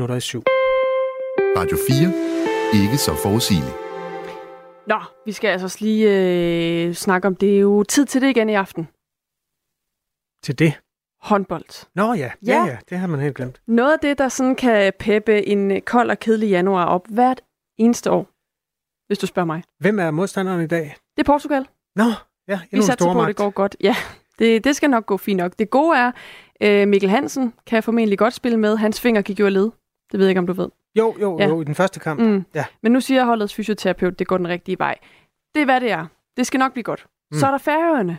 Radio 4. Ikke så forudsigeligt. Nå, vi skal altså lige snakke om det. Det er jo tid til det igen i aften. Til det? håndbold. Nå ja, det har man helt glemt. Noget af det, der sådan kan peppe en kold og kedelig januar op hvert eneste år, hvis du spørger mig. Hvem er modstanderen i dag? Det er Portugal. Nå, ja, endnu vi satser på, at det går godt. Ja, det skal nok gå fint nok. Det gode er, Mikkel Hansen kan formentlig godt spille med. Hans finger gik jo af led. Det ved jeg ikke, om du ved. Jo, i den første kamp. Ja. Men nu siger holdets fysioterapeut, det går den rigtige vej. Det er, hvad det er. Det skal nok blive godt. Så er der Færøerne.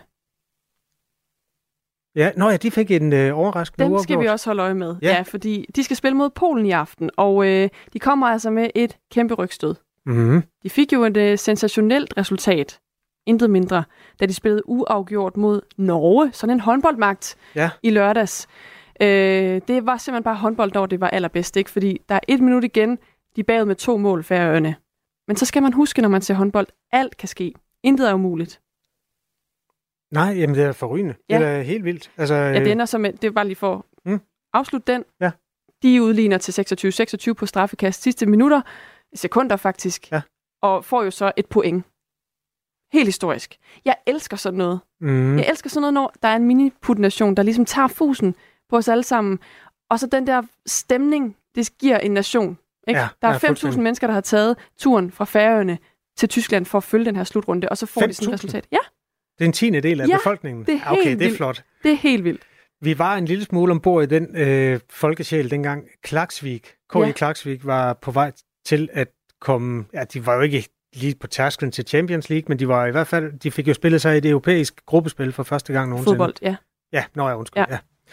Ja, de fik en overraskende uafgjort. Dem skal vi også holde øje med. Ja, fordi de skal spille mod Polen i aften, og de kommer altså med et kæmpe rygstød. Mm-hmm. De fik jo et sensationelt resultat, intet mindre, da de spillede uafgjort mod Norge, sådan en håndboldmagt i lørdags. Det var simpelthen bare håndbold, når det var allerbedst, ikke? Fordi der er 1 minut igen, de bagud med 2 mål, Færøerne. Men så skal man huske, når man ser håndbold, alt kan ske. Intet er umuligt. Nej, jamen det er forrygende. Ja. Det er helt vildt. Altså, det ender som det er bare lige for at afslutte den. Ja. De udligner til 26-26 på straffekast sidste minutter, sekunder faktisk, og får jo så et point. Helt historisk. Jeg elsker sådan noget. Jeg elsker sådan noget, når der er en mini-put-nation, der ligesom tager fusen på os alle sammen. Og så den der stemning, det giver en nation. Ikke? Ja, der er 5.000 mennesker, der har taget turen fra Færøerne til Tyskland for at følge den her slutrunde, og så får de sådan et resultat. Ja. Det er en 10. del af befolkningen. Det er helt vildt. Det er flot. Det er helt vildt. Vi var en lille smule ombord i den folkesjæl dengang Klaksvik, Klaksvik var på vej til at komme, de var jo ikke lige på tærsklen til Champions League, men de var i hvert fald, de fik jo spillet sig i det europæiske gruppespil for første gang nogensinde. Fodbold, ja. Ja, undskyld.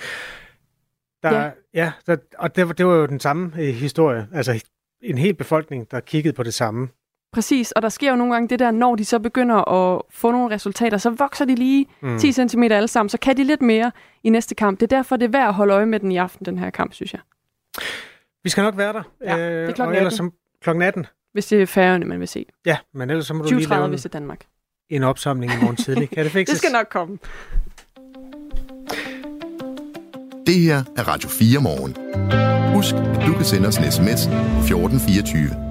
Og det var jo den samme historie, altså en hel befolkning, der kiggede på det samme. Præcis, og der sker jo nogle gange det der, når de så begynder at få nogle resultater, så vokser de lige 10 cm alle sammen, så kan de lidt mere i næste kamp. Det er derfor, det er værd at holde øje med den i aften, den her kamp, synes jeg. Vi skal nok være der. Ja, det er klokken 18. Ellers som klokken 18. Hvis det er Færøerne, man vil se. Ja, men ellers så må du lige lave hvis det er Danmark. En opsamling i morgen tidlig. Kan det fikses? Det skal nok komme. Det her er Radio 4 morgen. Husk, at du kan sende os en sms 1424.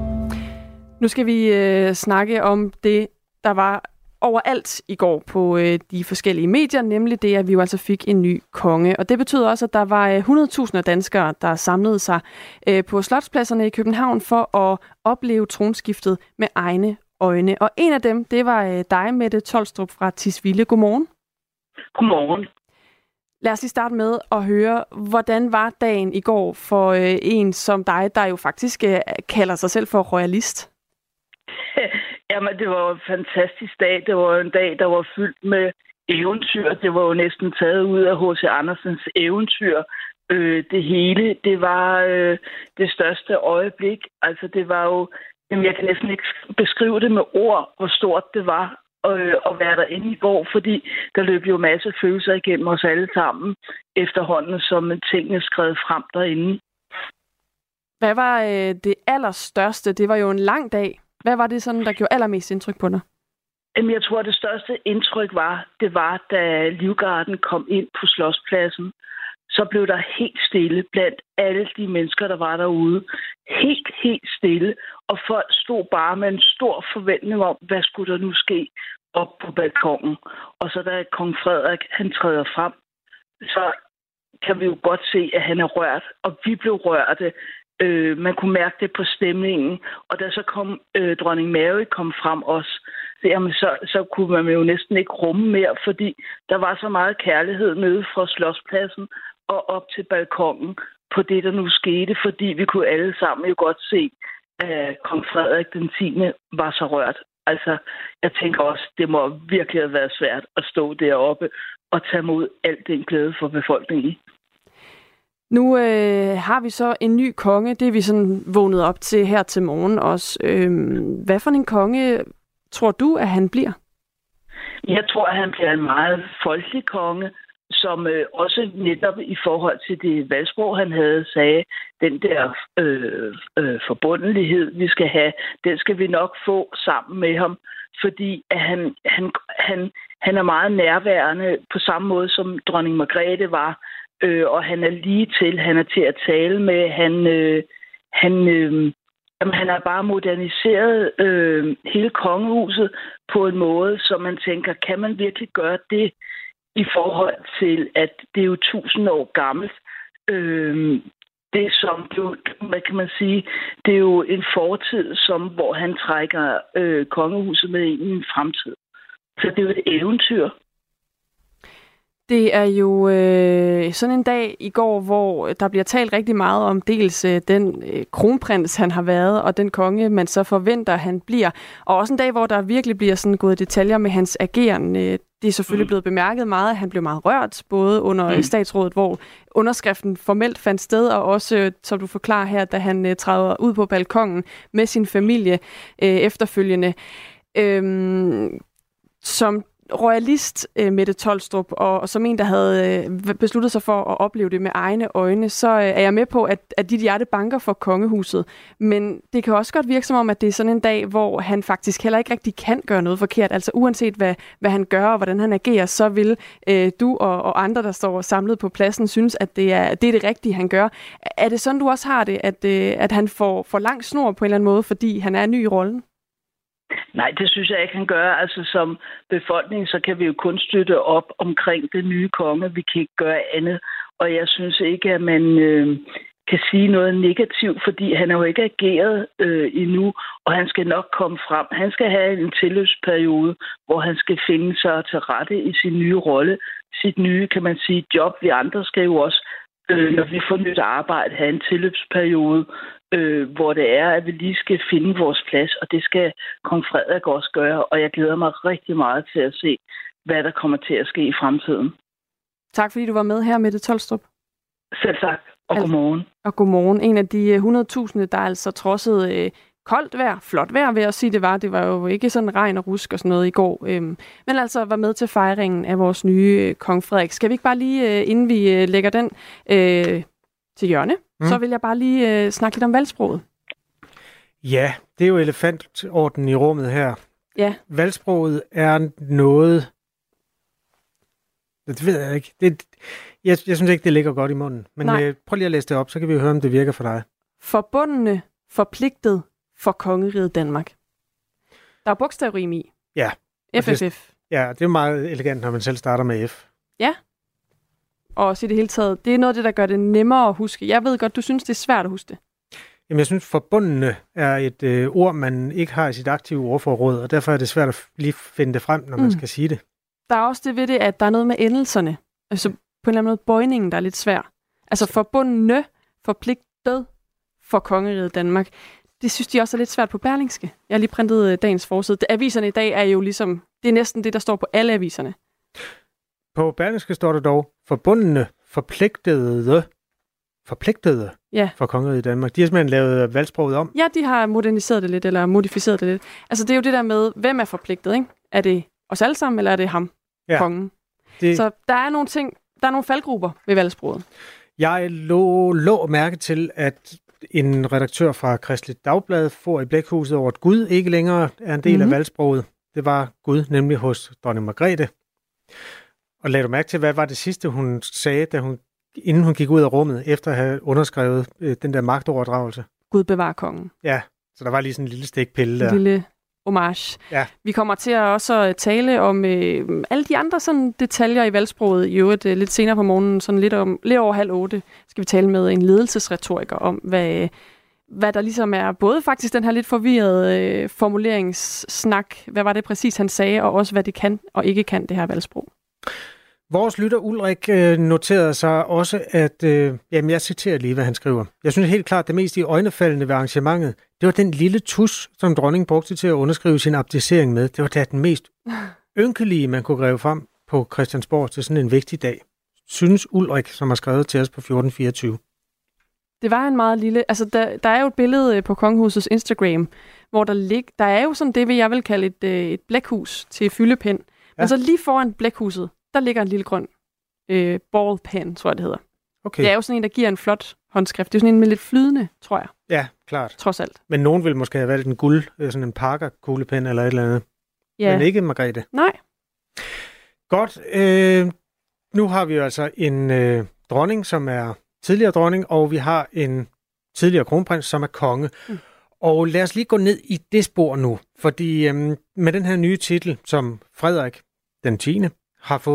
Nu skal vi snakke om det, der var overalt i går på de forskellige medier, nemlig det, at vi jo altså fik en ny konge. Og det betyder også, at der var 100.000 danskere, der samlede sig på slotspladserne i København for at opleve tronskiftet med egne øjne. Og en af dem, det var dig, Mette Tolstrup fra Tisvilde. Godmorgen. Godmorgen. Lad os lige starte med at høre, hvordan var dagen i går for en som dig, der jo faktisk kalder sig selv for royalist? Jamen, det var jo en fantastisk dag. Det var en dag, der var fyldt med eventyr. Det var jo næsten taget ud af H.C. Andersens eventyr. Det hele, det var det største øjeblik. Altså, det var jo... Jamen, jeg kan næsten ikke beskrive det med ord, hvor stort det var at være derinde i går, fordi der løb jo masse følelser igennem os alle sammen efterhånden, som tingene skred frem derinde. Hvad var det allerstørste? Det var jo en lang dag. Hvad var det sådan, der gjorde allermest indtryk på dig? Jamen, jeg tror, det største indtryk var, da Livgarden kom ind på Slotspladsen. Så blev der helt stille blandt alle de mennesker, der var derude. Helt stille. Og folk stod bare med en stor forventning om, hvad skulle der nu ske op på balkonen. Og så da kong Frederik, han træder frem, så kan vi jo godt se, at han er rørt. Og vi blev rørte. Man kunne mærke det på stemningen. Og da så kom dronning Mary kom frem også, jamen så kunne man jo næsten ikke rumme mere, fordi der var så meget kærlighed nede fra Slotspladsen og op til balkonen på det, der nu skete, fordi vi kunne alle sammen jo godt se, at kong Frederik den 10. var så rørt. Altså, jeg tænker også, det må virkelig have været svært at stå deroppe og tage mod alt den glæde for befolkningen. Nu har vi så en ny konge, det er vi sådan vågnet op til her til morgen også. Hvad for en konge tror du, at han bliver? Jeg tror, at han bliver en meget folkelig konge, som også netop i forhold til det valgsprog, han havde, sagde, den der forbundelighed, vi skal have, den skal vi nok få sammen med ham, fordi at han er meget nærværende på samme måde, som dronning Margrethe var, og han er lige til, han er til at tale med, han har bare moderniseret hele kongehuset på en måde, så man tænker, kan man virkelig gøre det i forhold til, at det er jo 1000 år gammelt. Det som blev, hvad kan man sige, det er jo en fortid, hvor han trækker kongehuset med ind i en fremtid. Så det er jo et eventyr. Det er jo sådan en dag i går, hvor der bliver talt rigtig meget om dels den kronprins, han har været, og den konge, man så forventer, han bliver. Og også en dag, hvor der virkelig bliver sådan gået detaljer med hans ageren. Det er selvfølgelig blevet bemærket meget, at han blev meget rørt, både under statsrådet, hvor underskriften formelt fandt sted, og også, som du forklarer her, da han træder ud på balkongen med sin familie efterfølgende. Som royalist Mette Tolstrup, og som en, der havde besluttet sig for at opleve det med egne øjne, så er jeg med på, at dit hjerte banker for kongehuset. Men det kan også godt virke som om, at det er sådan en dag, hvor han faktisk heller ikke rigtig kan gøre noget forkert. Altså uanset hvad han gør og hvordan han agerer, så vil du og andre, der står samlet på pladsen, synes, at det er det rigtige, han gør. Er det sådan, du også har det, at han får lang snor på en eller anden måde, fordi han er ny i rollen? Nej, det synes jeg ikke, han gør. Altså som befolkning, så kan vi jo kun støtte op omkring den nye konge. Vi kan ikke gøre andet. Og jeg synes ikke, at man kan sige noget negativt, fordi han har jo ikke ageret endnu, og han skal nok komme frem. Han skal have en tilløbsperiode, hvor han skal finde sig til rette i sin nye rolle, sit nye, kan man sige, job. Vi andre skal jo også, når vi får nyt arbejde, have en tilløbsperiode, hvor det er, at vi lige skal finde vores plads, og det skal kong Frederik også gøre, og jeg glæder mig rigtig meget til at se, hvad der kommer til at ske i fremtiden. Tak fordi du var med her, Mette Tolstrup. Selv tak, og godmorgen. Og godmorgen. En af de 100.000, der altså trodsede koldt vejr, flot vejr vil jeg sige, det var jo ikke sådan regn og rusk og sådan noget i går, men altså var med til fejringen af vores nye kong Frederik. Skal vi ikke bare lige, inden vi lægger den til hjørne, så vil jeg bare lige snakke lidt om valgsproget. Ja, det er jo elefantorden i rummet her. Ja. Valgsproget er noget... Det ved jeg ikke. Jeg synes ikke, det ligger godt i munden. Men prøv lige at læse det op, så kan vi høre, om det virker for dig. Forbundne, forpligtet for kongeriget Danmark. Der er bogstavrim i. Ja. FFF. Ja, det er meget elegant, når man selv starter med F. Ja. Og også i det hele taget, det er noget af det, der gør det nemmere at huske. Jeg ved godt, du synes, det er svært at huske det. Jamen, jeg synes, forbundne er et ord, man ikke har i sit aktive ordforråd, og derfor er det svært at lige finde det frem, når man skal sige det. Der er også det ved det, at der er noget med endelserne. Altså på en eller anden måde bøjningen, der er lidt svær. Altså forbundne, forpligtet for kongeriget Danmark. Det synes de også er lidt svært på Berlingske. Jeg har lige printet dagens forside. Aviserne i dag er jo ligesom, det er næsten det, der står på alle aviserne. På Berlingske står der dog, forbundne, forpligtede for kongeriget i Danmark. De har simpelthen lavet valgsproget om. Ja, de har moderniseret det lidt, eller modificeret det lidt. Altså det er jo det der med, hvem er forpligtet, ikke? Er det os alle sammen, eller er det ham, kongen? Så der er nogle ting, der er nogle faldgrupper ved valgsproget. Jeg lå mærke til, at en redaktør fra Kristeligt Dagblad får i blækhuset over, at Gud ikke længere er en del af valgsproget. Det var Gud, nemlig hos dronning Margrethe. Og lad du mærke til, hvad var det sidste, hun sagde, inden hun gik ud af rummet, efter at have underskrevet den der magtoverdragelse? Gud bevar kongen. Ja, så der var lige sådan en lille stikpille der. En lille homage. Ja. Vi kommer til at også tale om alle de andre sådan detaljer i valgsproget. I øvrigt lidt senere på morgenen, sådan lidt over 7:30, skal vi tale med en ledelsesretoriker om, hvad der ligesom er både faktisk den her lidt forvirrede formuleringssnak, hvad var det præcis, han sagde, og også hvad det kan og ikke kan, det her valgsprog. Vores lytter Ulrik noterede sig også, at, jeg citerer lige, hvad han skriver. Jeg synes helt klart, det mest iøjnefaldende ved arrangementet, det var den lille tus, som dronningen brugte til at underskrive sin abdicering med. Det var da den mest ynkelige, man kunne grave frem på Christiansborg til sådan en vigtig dag. Synes Ulrik, som har skrevet til os på 1424. Det var en meget lille... Altså, der er jo et billede på Kongehusets Instagram, hvor der er jo sådan det, jeg vil kalde et blækhus til fyldepen. Ja. Men så lige foran blækhuset, der ligger en lille grøn ballpen, tror jeg, det hedder. Okay. Det er jo sådan en, der giver en flot håndskrift. Det er sådan en med lidt flydende, tror jeg. Ja, klart. Trods alt. Men nogen vil måske have valgt en guld, sådan en Parker-kuglepen eller et eller andet. Ja. Men ikke Margrethe. Nej. Godt. Nu har vi jo altså en dronning, som er tidligere dronning, og vi har en tidligere kronprins, som er konge. Og lad os lige gå ned i det spor nu, fordi med den her nye titel, som Frederik den 10. har fået,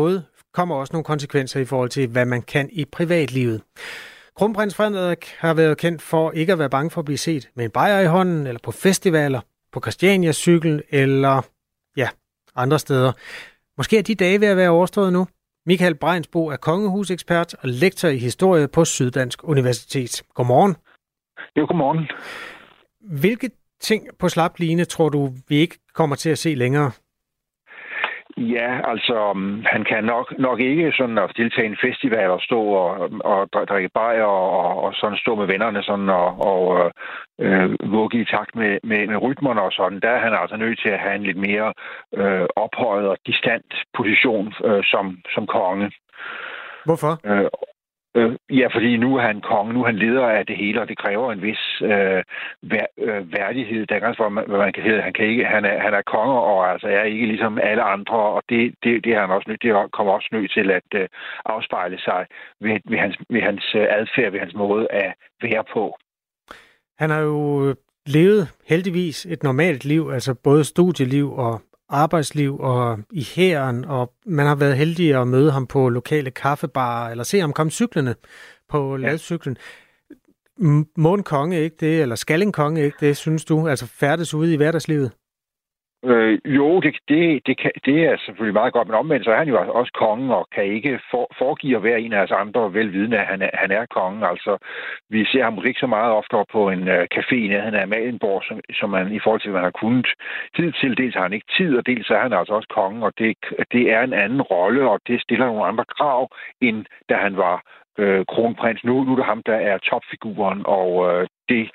kommer også nogle konsekvenser i forhold til, hvad man kan i privatlivet. Kronprins Frederik har været kendt for ikke at være bange for at blive set med en bajer i hånden, eller på festivaler, på Christianias cykel, eller andre steder. Måske er de dage ved at være overstået nu. Michael Brejnsbo er kongehusekspert og lektor i historie på Syddansk Universitet. Godmorgen. Jo, godmorgen. Hvilke ting på slap line tror du, vi ikke kommer til at se længere? Ja, altså han kan nok ikke sådan at deltage i en festival og stå og drikke bajer og sådan stå med vennerne sådan og vugge i takt med rytmerne og sådan. Der er han altså nødt til at have en lidt mere ophøjet og distant position som konge. Hvorfor? Ja, fordi nu er han konge, nu er han leder af det hele, og det kræver en vis værdighed. Der er ganske, hvad man kan sige, han er konge, og altså er ikke ligesom alle andre, og det er han også nødt til, det kommer også nødt til at afspejle sig ved hans adfærd, ved hans måde at være på. Han har jo levet heldigvis et normalt liv, altså både studieliv og arbejdsliv og i hæren, og man har været heldig at møde ham på lokale kaffebarer, eller se ham komme cyklende på ladcyklen. Må en konge ikke det, eller skal en konge ikke det, synes du? Altså færdes ude i hverdagslivet? Jo, det er selvfølgelig meget godt, men omvendt så er han jo også kongen og kan ikke foregive at være en af os andre velvidende, at han er kongen. Altså, vi ser ham ikke så meget oftere på en café i nærheden af Amalienborg, som man i forhold til, hvad han har kunnet tid til. Dels har han ikke tid, og dels er han altså også kongen, og det er en anden rolle, og det stiller nogle andre krav, end da han var kronprins. Nu er det ham, der er topfiguren, og det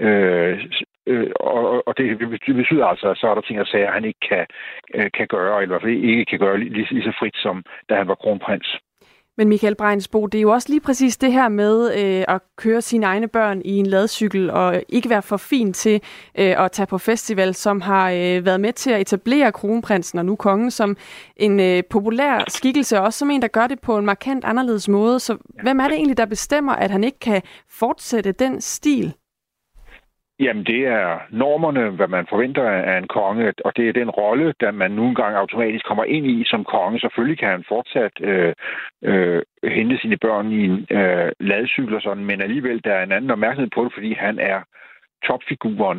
betyder altså, at så er der ting at sige, at han ikke kan gøre, eller i hvert fald ikke kan gøre lige så frit, som da han var kronprins. Men Michael Brejnsbo, det er jo også lige præcis det her med at køre sine egne børn i en ladcykel og ikke være for fin til at tage på festival, som har været med til at etablere kronprinsen og nu kongen som en populær skikkelse, også som en, der gør det på en markant anderledes måde. Så hvem er det egentlig, der bestemmer, at han ikke kan fortsætte den stil? Jamen, det er normerne, hvad man forventer af en konge, og det er den rolle, der man nogle gange automatisk kommer ind i som konge. Selvfølgelig kan han fortsat hente sine børn i en ladcykel og sådan, men alligevel der er en anden opmærksomhed på det, fordi han er topfiguren,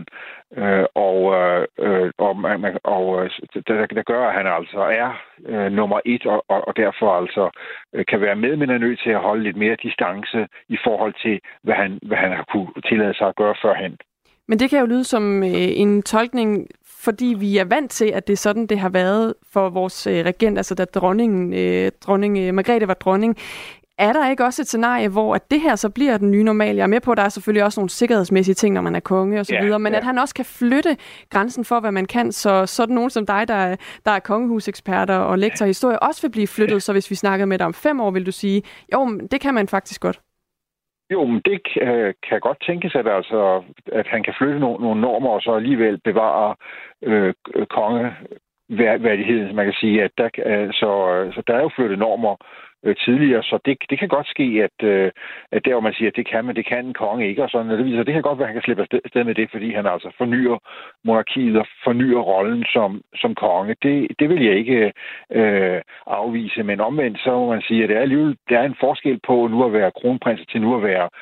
der gør, at han altså er nummer 1, og derfor altså kan være med, men er nødt til at holde lidt mere distance i forhold til, hvad han har kunne tillade sig at gøre førhen. Men det kan jo lyde som en tolkning, fordi vi er vant til, at det er sådan, det har været for vores regent, altså da dronning Margrethe var dronning. Er der ikke også et scenarie, hvor at det her så bliver den nye normal? Jeg er med på, at der er selvfølgelig også nogle sikkerhedsmæssige ting, når man er konge og så videre, men at han også kan flytte grænsen for, hvad man kan, så sådan nogen som dig, der er kongehuseksperter og lektor i historie, også vil blive flyttet. Så hvis vi snakkede med dig om 5 år, vil du sige, jo, det kan man faktisk godt. Jo, men det kan godt tænkes, at han kan flytte nogle normer og så alligevel bevare kongeværdigheden, man kan sige. At så der er jo flyttet normer tidligere, så det kan godt ske, at der hvor man siger, at det kan, men det kan en konge ikke, og sådan, og det kan godt være, at han kan slippe afsted med det, fordi han altså fornyer monarkiet og fornyer rollen som konge. Det vil jeg ikke afvise, men omvendt så må man sige, at der er en forskel på nu at være kronprins til nu at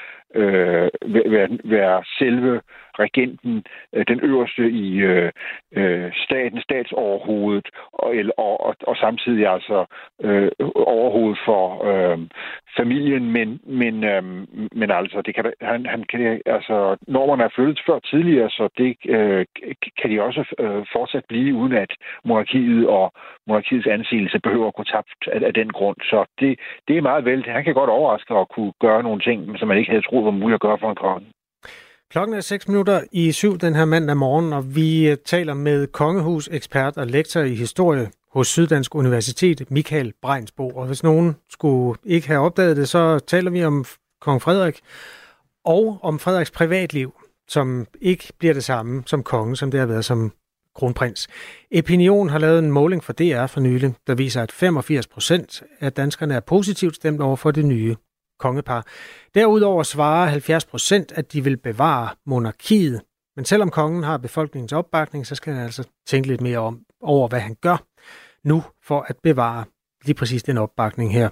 være selve regenten, den øverste i statsoverhovedet, og samtidig altså overhovedet for familien, men altså det kan han kan altså normerne er flyttet før tidligere, så det kan de også fortsat blive uden at monarkiet og monarkiets anseelse behøver at gå tabt af den grund. Så det er meget vel. Han kan godt overraske og kunne gøre nogle ting, som man ikke havde troet var muligt at gøre for en konge. Klokken er 6:06 den her mandag morgen, og vi taler med kongehusekspert og lektor i historie hos Syddansk Universitet, Michael Brejnsbo. Og hvis nogen skulle ikke have opdaget det, så taler vi om kong Frederik og om Frederiks privatliv, som ikke bliver det samme som konge, som det har været som kronprins. Opinion har lavet en måling for DR for nylig, der viser, at 85% af danskerne er positivt stemt over for det nye kongepar. Derudover svarer 70%, at de vil bevare monarkiet. Men selvom kongen har befolkningens opbakning, så skal han altså tænke lidt mere over, hvad han gør nu for at bevare lige præcis den opbakning her.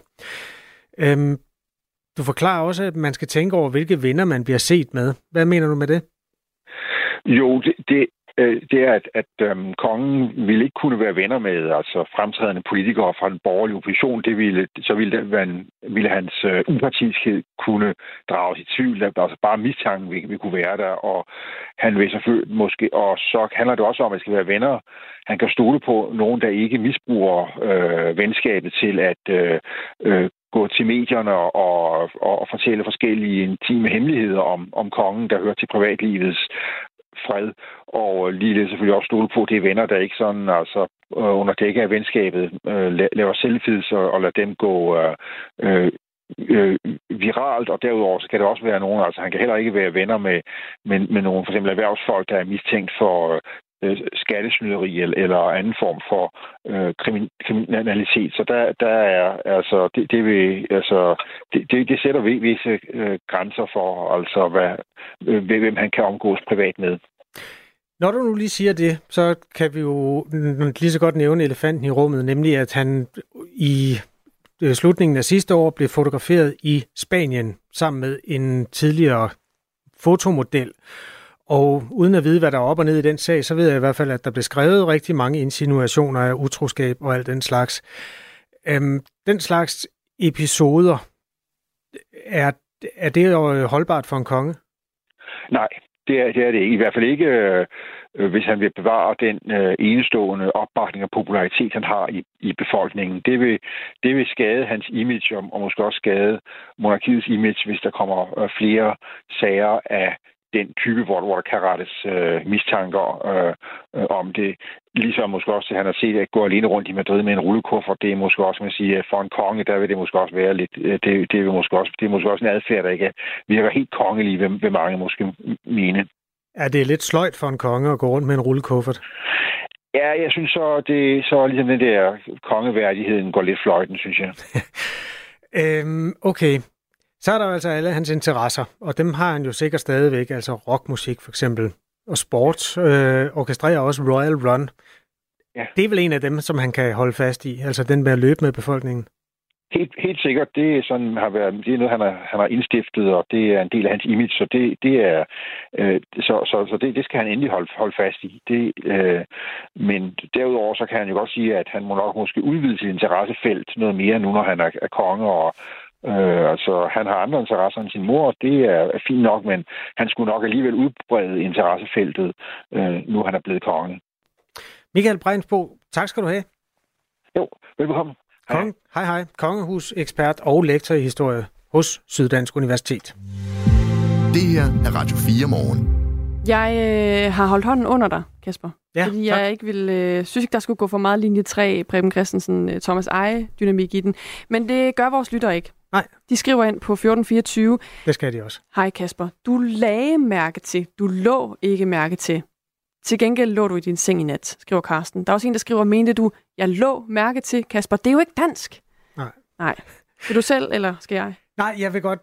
Du forklarer også, at man skal tænke over, hvilke venner man bliver set med. Hvad mener du med det? Jo, det er, at kongen ville ikke kunne være venner med altså fremtrædende politikere fra den borgerlige opposition. Så ville hans upartiskhed kunne drages i tvivl. Altså bare mistanken vil kunne være der, og han vil selvfølgelig måske, og så handler det også om, at det skal være venner. Han kan stole på nogen, der ikke misbruger venskabet til at gå til medierne og fortælle forskellige intime hemmeligheder om kongen, der hører til privatlivets fred, og ligeledes selvfølgelig også stole på, at det er venner, der ikke sådan, altså under dække af venskabet, laver selfies og lader dem gå viralt, og derudover så kan det også være nogen, altså han kan heller ikke være venner med nogle for eksempel erhvervsfolk, der er mistænkt for skattesnyderi eller anden form for kriminalitet. Så der er altså det sætter visse grænser for altså hvem han kan omgås privat med. Når du nu lige siger det, så kan vi jo lige så godt nævne elefanten i rummet, nemlig at han i slutningen af sidste år blev fotograferet i Spanien sammen med en tidligere fotomodel. Og uden at vide, hvad der er op og ned i den sag, så ved jeg i hvert fald, at der blev skrevet rigtig mange insinuationer af utroskab og alt den slags. Den slags episoder, er det holdbart for en konge? Nej, det er det ikke. I hvert fald ikke, hvis han vil bevare den enestående opbakning og popularitet, han har i befolkningen. Det vil skade hans image, og måske også skade monarkiets image, hvis der kommer flere sager af den type, hvor der kan rettes mistanker om det. Ligesom måske også, at han har set at gå alene rundt i Madrid med en rullekuffert. Det er måske også, man siger, for en konge, der vil det måske også være lidt, det er måske også en adfærd, der ikke virker helt kongelig, vil mange måske mene. Er det lidt sløjt for en konge at gå rundt med en rullekuffert? Ja, jeg synes så, ligesom den der kongeværdigheden går lidt fløjten, synes jeg. Okay. Så er der altså alle hans interesser, og dem har han jo sikkert stadigvæk, altså rockmusik for eksempel, og sport, orkestrerer også Royal Run. Ja. Det er vel en af dem, som han kan holde fast i, altså den med at løbe med befolkningen? Helt sikkert. Det er sådan det er noget, han har indstiftet, og det er en del af hans image, så det skal han endelig holde fast i. Men derudover så kan han jo godt sige, at han må nok måske udvide sit interessefelt noget mere nu, når han er konge, og altså, han har andre interesser end sin mor, og det er fint nok, men han skulle nok alligevel udbrede interessefeltet, nu han er blevet konge. Michael Brejnsbo, tak skal du have. Jo, velbekomme. Hej. Kongehusekspert og lektor i historie hos Syddansk Universitet. Det her er Radio 4 morgen. Jeg har holdt hånden under dig, Kasper. Ja, fordi jeg ikke synes ikke, der skulle gå for meget linje 3, Preben Christensen, Thomas Eje dynamik i den. Men det gør vores lytter ikke. Nej. De skriver ind på 1424. Det skal de også. Hej Kasper, du lagde mærke til. Du lå ikke mærke til. Til gengæld lå du i din seng i nat, skriver Karsten. Der er også en, der skriver, mente du, jeg lå mærke til, Kasper. Det er jo ikke dansk. Nej. Vil du selv, eller skal jeg? Nej, jeg vil godt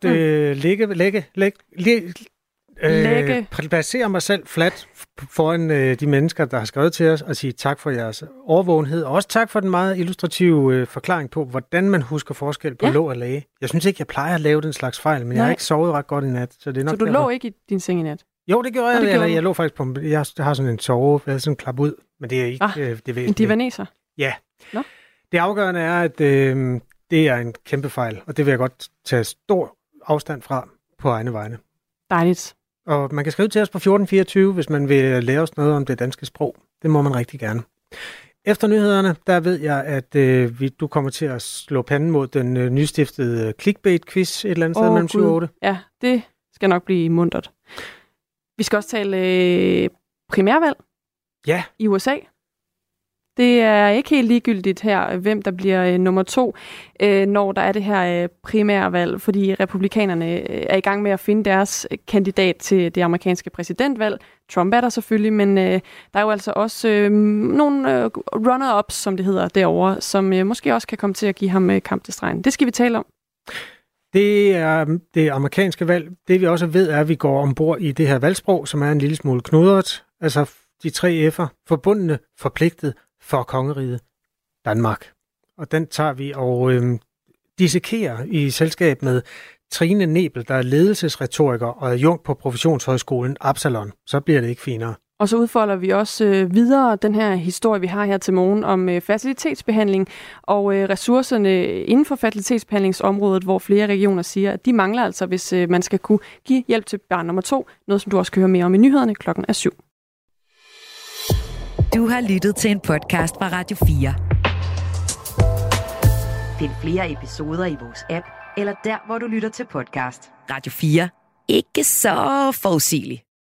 placere mig selv fladt foran de mennesker, der har skrevet til os, og sige tak for jeres overvågenhed, og også tak for den meget illustrative forklaring på, hvordan man husker forskel på lå og lage. Jeg synes ikke, jeg plejer at lave den slags fejl, men jeg har ikke sovet ret godt i nat. Så du derfor. Lå ikke i din seng i nat? Jo, det gjorde jeg. Jeg lå faktisk på, jeg har sådan en sove, jeg sådan en klap ud, men det er ikke det væsentlige. En divaneser? Ja. Nå? Det afgørende er, at det er en kæmpe fejl, og det vil jeg godt tage stor afstand fra på egne vegne. Dejligt. Og man kan skrive til os på 1424, hvis man vil lære os noget om det danske sprog. Det må man rigtig gerne. Efter nyhederne, der ved jeg, at du kommer til at slå panden mod den nystiftede clickbait-quiz et eller andet sted mellem 7 og 8. Ja, det skal nok blive muntert. Vi skal også tale primærvalg i USA. Det er ikke helt ligegyldigt her, hvem der bliver nummer 2, når der er det her primærvalg, fordi republikanerne er i gang med at finde deres kandidat til det amerikanske præsidentvalg. Trump er der selvfølgelig, men der er jo altså også nogle runner-ups, som det hedder derovre, som måske også kan komme til at give ham kamp til stregen. Det skal vi tale om. Det er det amerikanske valg. Det vi også ved er, at vi går ombord i det her valgsprog, som er en lille smule knudret. Altså de 3 F'er, forbundne, forpligtet for kongeriget Danmark. og den tager vi og dissekerer i selskab med Trine Nebel, der er ledelsesretoriker og adjunkt på Professionshøjskolen Absalon. Så bliver det ikke finere. Og så udfolder vi også videre den her historie, vi har her til morgen om fertilitetsbehandling og ressourcerne inden for fertilitetsbehandlingsområdet, hvor flere regioner siger, at de mangler altså, hvis man skal kunne give hjælp til barn nummer 2. Noget, som du også kan høre mere om i nyhederne 7:00. Du har lyttet til en podcast fra Radio 4. Find flere episoder i vores app, eller der, hvor du lytter til podcast. Radio 4. Ikke så forudsigeligt.